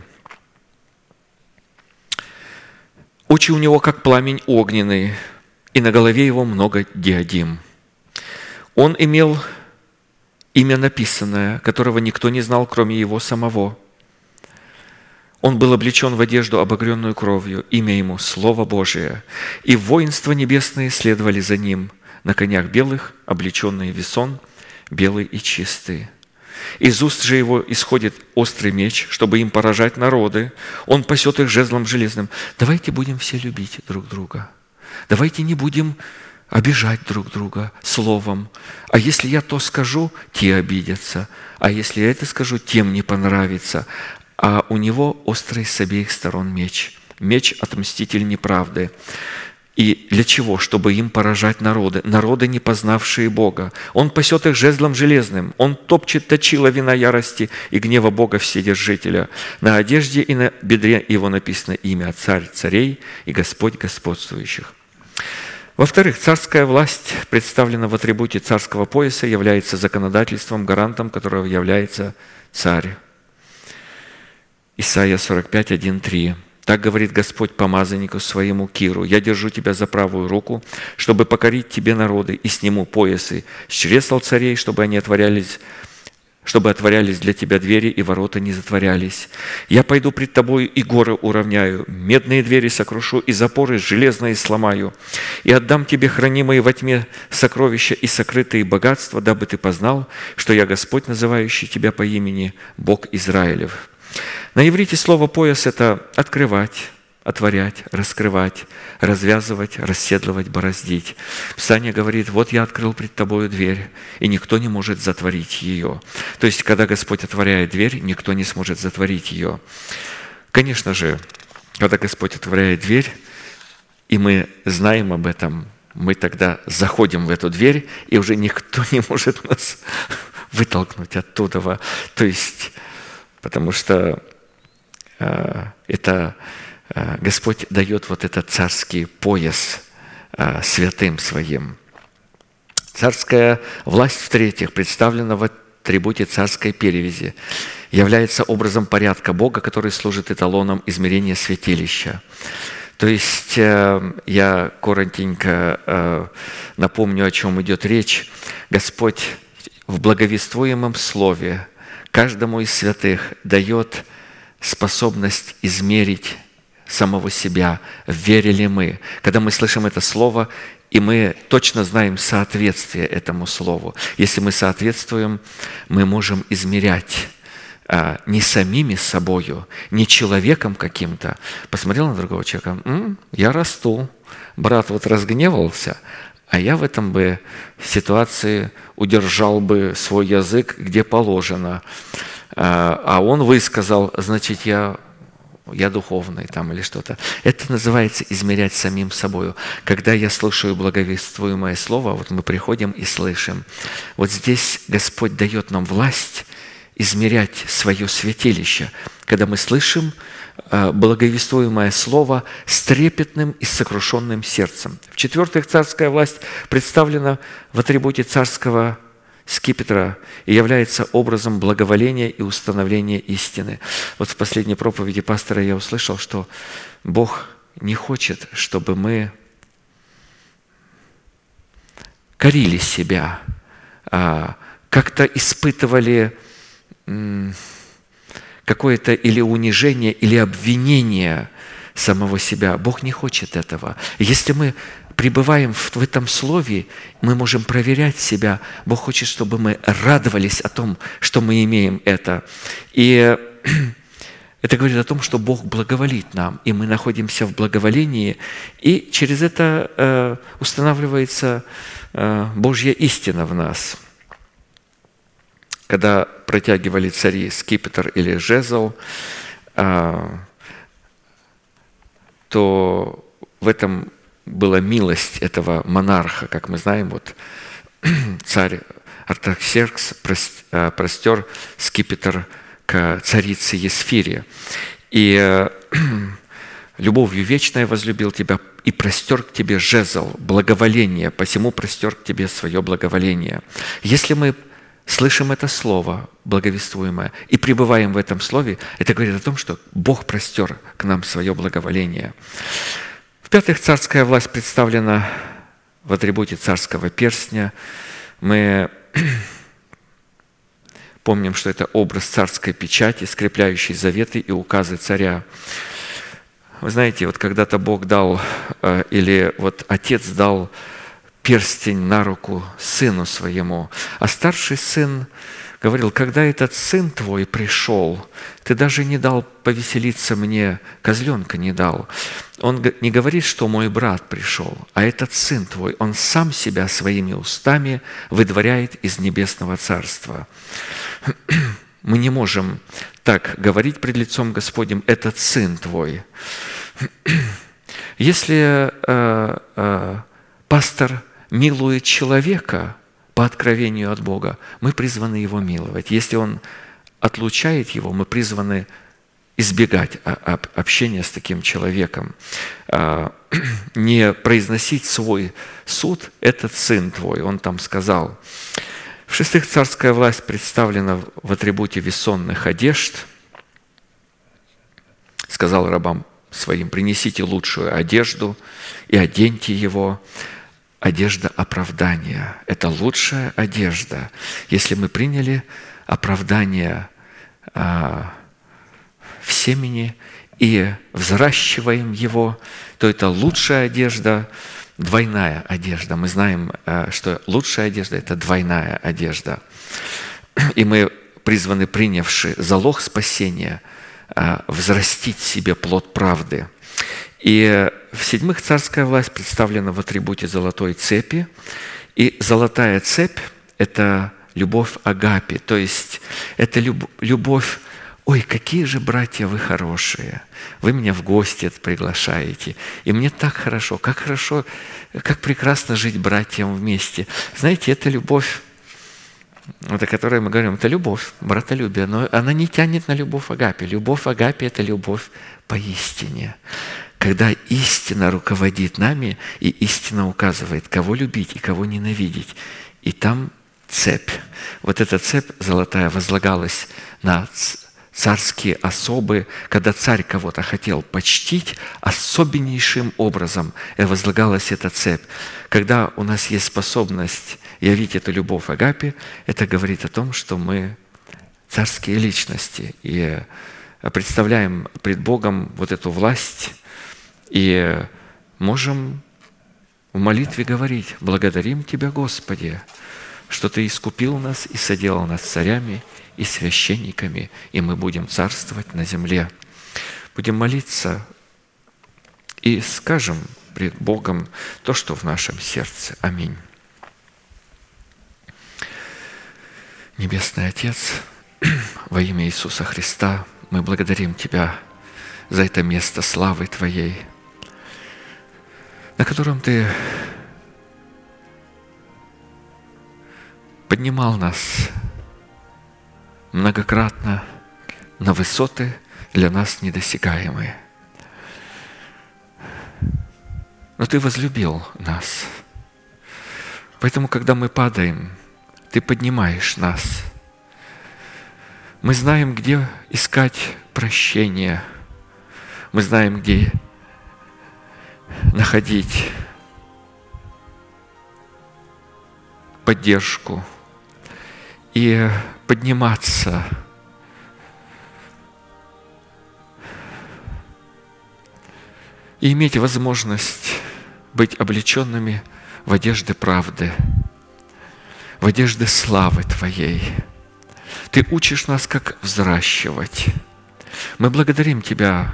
Очи у него, как пламень огненный, и на голове его много диадим. Он имел имя написанное, которого никто не знал, кроме его самого. Он был облечен в одежду, обогренную кровью, имя ему – Слово Божие. И воинства небесные следовали за ним, на конях белых, облеченные в весон, белый и чистый. Из уст же его исходит острый меч, чтобы им поражать народы. Он пасет их жезлом железным. Давайте будем все любить друг друга. Давайте не будем обижать друг друга словом. А если я то скажу, те обидятся. А если я это скажу, тем не понравится. А у него острый с обеих сторон меч. Меч – отмститель неправды. И для чего? Чтобы им поражать народы, народы, не познавшие Бога. Он пасет их жезлом железным, он топчет точила вина ярости и гнева Бога Вседержителя. На одежде и на бедре его написано имя Царь царей и Господь господствующих. Во-вторых, царская власть, представлена в атрибуте царского пояса, является законодательством, гарантом которого является царь. Исайя 45, 1, 3. «Так говорит Господь помазаннику своему Киру: я держу тебя за правую руку, чтобы покорить тебе народы, и сниму поясы с чресл царей, чтобы отворялись для тебя двери, и ворота не затворялись. Я пойду пред тобою и горы уравняю, медные двери сокрушу, и запоры железные сломаю, и отдам тебе хранимые во тьме сокровища и сокрытые богатства, дабы ты познал, что я Господь, называющий тебя по имени, Бог Израилев». На иврите слово «пояс» – это открывать, отворять, раскрывать, развязывать, расседлывать, бороздить. Писание говорит: «Вот я открыл пред тобою дверь, и никто не может затворить ее». То есть, когда Господь отворяет дверь, никто не сможет затворить ее. Конечно же, когда Господь отворяет дверь, и мы знаем об этом, мы тогда заходим в эту дверь, и уже никто не может нас вытолкнуть оттуда. То есть, потому что это Господь дает вот этот царский пояс святым своим. Царская власть, в-третьих, представлена в атрибуте царской перевязи, является образом порядка Бога, который служит эталоном измерения святилища. То есть я коротенько напомню, о чем идет речь. Господь в благовествуемом слове каждому из святых дает способность измерить самого себя, верили мы. Когда мы слышим это слово, и мы точно знаем соответствие этому слову. Если мы соответствуем, мы можем измерять не самими собою, не человеком каким-то. Посмотрел на другого человека, я расту. Брат вот разгневался, а я в этом бы ситуации удержал бы свой язык, где положено. А он высказал, значит, я духовный там или что-то. Это называется измерять самим собою. Когда я слушаю благовествуемое слово, вот мы приходим и слышим. Вот здесь Господь дает нам власть измерять свое святилище, когда мы слышим благовествуемое слово с трепетным и сокрушенным сердцем. В-четвертых, царская власть представлена в атрибуте царского скипетра и является образом благоволения и установления истины. Вот в последней проповеди пастора я услышал, что Бог не хочет, чтобы мы корили себя, как-то испытывали какое-то или унижение, или обвинение самого себя. Бог не хочет этого. Если мы пребываем в этом слове, мы можем проверять себя. Бог хочет, чтобы мы радовались о том, что мы имеем это. И это говорит о том, что Бог благоволит нам, и мы находимся в благоволении, и через это устанавливается Божья истина в нас. Когда протягивали цари скипетр или жезл, то в этом была милость этого монарха. Как мы знаем, вот царь Артаксеркс простер скипетр к царице Есфире. И любовью вечной возлюбил тебя и простер к тебе жезл, благоволение, посему простер к тебе свое благоволение. Если мы слышим это слово, благовествуемое, и пребываем в этом слове, это говорит о том, что Бог простер к нам свое благоволение. В-пятых, царская власть представлена в атрибуте царского перстня. Мы помним, что это образ царской печати, скрепляющей заветы и указы царя. Вы знаете, вот когда-то Бог дал, или вот отец дал перстень на руку сыну своему. А старший сын говорил, когда этот сын твой пришел, ты даже не дал повеселиться мне, козленка не дал. Он не говорит, что мой брат пришел, а этот сын твой, он сам себя своими устами выдворяет из небесного царства. Мы не можем так говорить пред лицом Господним, этот сын твой. Если пастор милует человека по откровению от Бога, мы призваны его миловать. Если он отлучает его, мы призваны избегать общения с таким человеком. Не произносить свой суд, этот сын твой, он там сказал. В-шестых, царская власть представлена в атрибуте весонных одежд. Сказал рабам своим, принесите лучшую одежду и оденьте его. Одежда оправдания – это лучшая одежда. Если мы приняли оправдание в семени и взращиваем его, то это лучшая одежда, двойная одежда. Мы знаем, что лучшая одежда – это двойная одежда. И мы призваны, принявши залог спасения, взрастить в себе плод правды. И в-седьмых, царская власть представлена в атрибуте золотой цепи. И золотая цепь – это любовь агапи, то есть это любовь, ой, какие же братья вы хорошие, вы меня в гости приглашаете, и мне так хорошо, как прекрасно жить братьям вместе. Знаете, это любовь, вот о которой мы говорим, это любовь, братолюбие, но она не тянет на любовь агапи. Любовь агапи – это любовь поистине. Когда истина руководит нами, и истина указывает, кого любить и кого ненавидеть. И там цепь. Вот эта цепь золотая возлагалась на царские особы. Когда царь кого-то хотел почтить, особеннейшим образом возлагалась эта цепь. Когда у нас есть способность явить эту любовь агапи, это говорит о том, что мы царские личности и представляем пред Богом вот эту власть, и можем в молитве говорить: «Благодарим Тебя, Господи, что Ты искупил нас и соделал нас царями и священниками, и мы будем царствовать на земле. Будем молиться и скажем пред Богом то, что в нашем сердце. Аминь. Небесный Отец, во имя Иисуса Христа, мы благодарим Тебя за это место славы Твоей, на котором Ты поднимал нас многократно на высоты для нас недосягаемые. Но Ты возлюбил нас. Поэтому, когда мы падаем, Ты поднимаешь нас. Мы знаем, где искать прощение. Мы знаем, где находить поддержку и подниматься и иметь возможность быть облеченными в одежды правды, в одежды славы Твоей. Ты учишь нас, как взращивать. Мы благодарим Тебя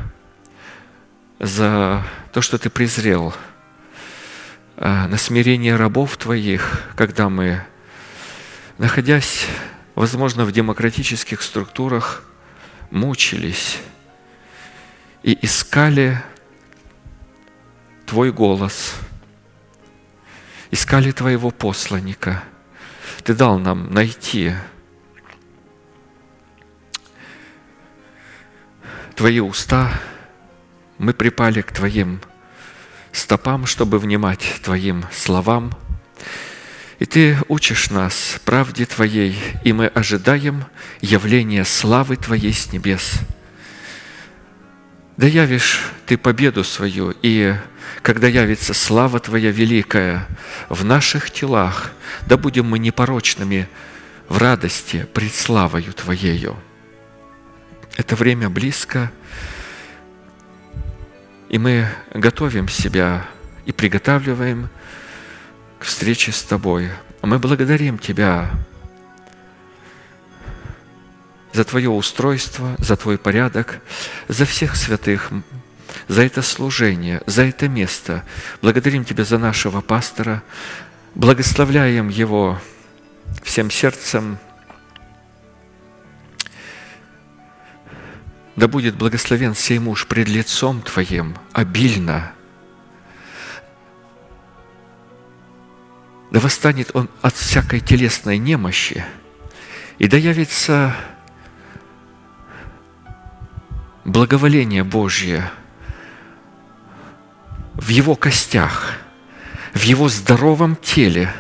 за то, что Ты презрел на смирение рабов Твоих, когда мы, находясь, возможно, в демократических структурах, мучились и искали Твой голос, искали Твоего посланника. Ты дал нам найти Твои уста, мы припали к Твоим стопам, чтобы внимать Твоим словам. И Ты учишь нас правде Твоей, и мы ожидаем явления славы Твоей с небес. Да явишь Ты победу свою, и когда явится слава Твоя великая в наших телах, да будем мы непорочными в радости пред славою Твоею. Это время близко, и мы готовим себя и приготавливаем к встрече с Тобой. Мы благодарим Тебя за Твое устройство, за Твой порядок, за всех святых, за это служение, за это место. Благодарим Тебя за нашего пастора, благословляем его всем сердцем. Да будет благословен сей муж пред лицом Твоим обильно. Да восстанет он от всякой телесной немощи, и да явится благоволение Божье в его костях, в его здоровом теле.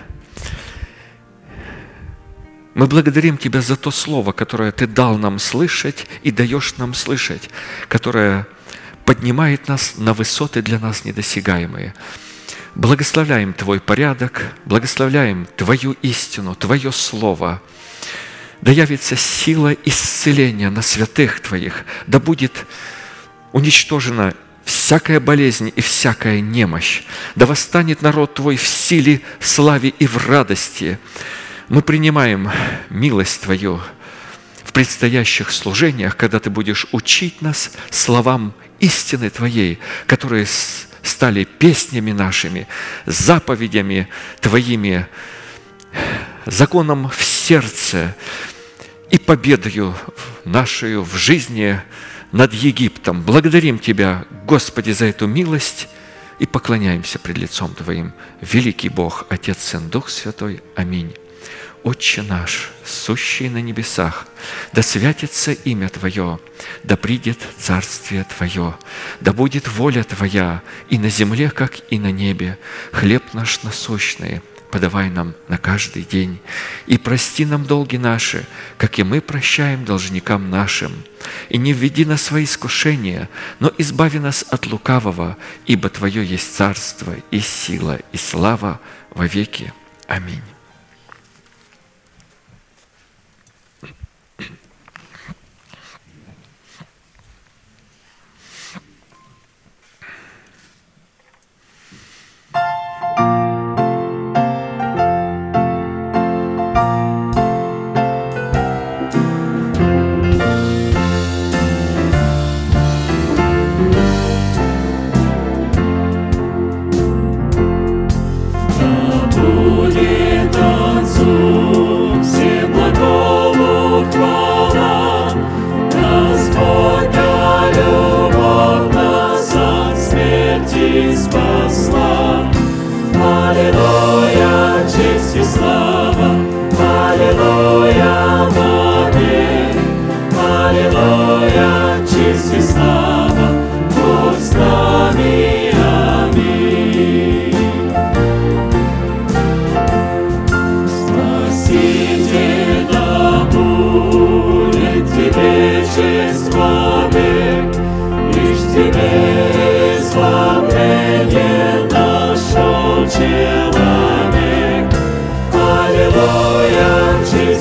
Мы благодарим Тебя за то слово, которое Ты дал нам слышать и даешь нам слышать, которое поднимает нас на высоты для нас недосягаемые. Благословляем Твой порядок, благословляем Твою истину, Твое слово. Да явится сила исцеления на святых Твоих, да будет уничтожена всякая болезнь и всякая немощь, да восстанет народ Твой в силе, славе и в радости. Мы принимаем милость Твою в предстоящих служениях, когда Ты будешь учить нас словам истины Твоей, которые стали песнями нашими, заповедями Твоими, законом в сердце и победою нашей в жизни над Египтом. Благодарим Тебя, Господи, за эту милость и поклоняемся пред лицом Твоим. Великий Бог, Отец, Сын, Дух Святой. Аминь. Отче наш, сущий на небесах, да святится имя Твое, да придет царствие Твое, да будет воля Твоя и на земле, как и на небе. Хлеб наш насущный подавай нам на каждый день, и прости нам долги наши, как и мы прощаем должникам нашим. И не введи нас в свои искушения, но избави нас от лукавого, ибо Твое есть царство и сила и слава во веки. Аминь.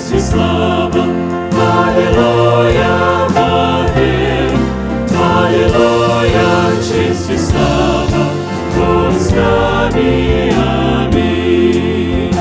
честь и слава. Аллилуйя, вовек. Аллилуйя, честь и слава. Бог с нами, аминь.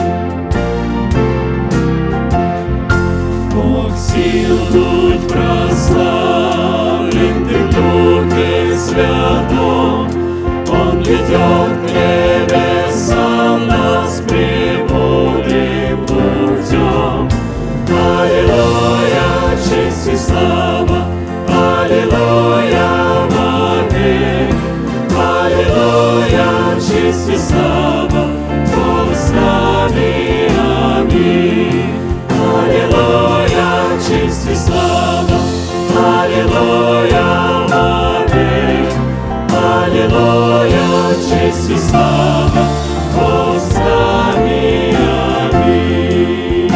Бог сил будь прославлен, Ты в Духе Святом. Он ведет к небесам нас премудрым путем. Аллилуйя, честь и слава. Аллилуйя, вовек. Аллилуйя, честь и слава. Бог с нами, аминь. Аллилуйя, честь и слава. Аллилуйя, вовек. Аллилуйя, честь и слава. Бог с нами, аминь.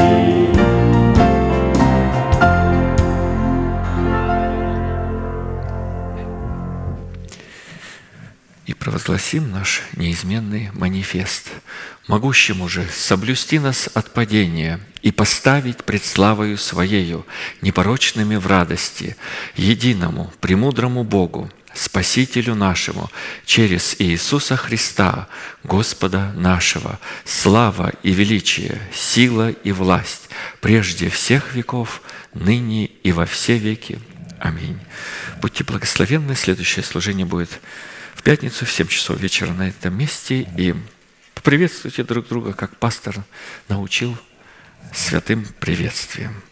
И провозгласим наш неизменный манифест, могущему же соблюсти нас от падения и поставить пред славою Своею, непорочными в радости, единому, премудрому Богу, Спасителю нашему, через Иисуса Христа, Господа нашего, слава и величие, сила и власть, прежде всех веков, ныне и во все веки. Аминь. Будьте благословенны. Следующее служение будет в пятницу в 7 часов вечера на этом месте. И поприветствуйте друг друга, как пастор научил святым приветствием.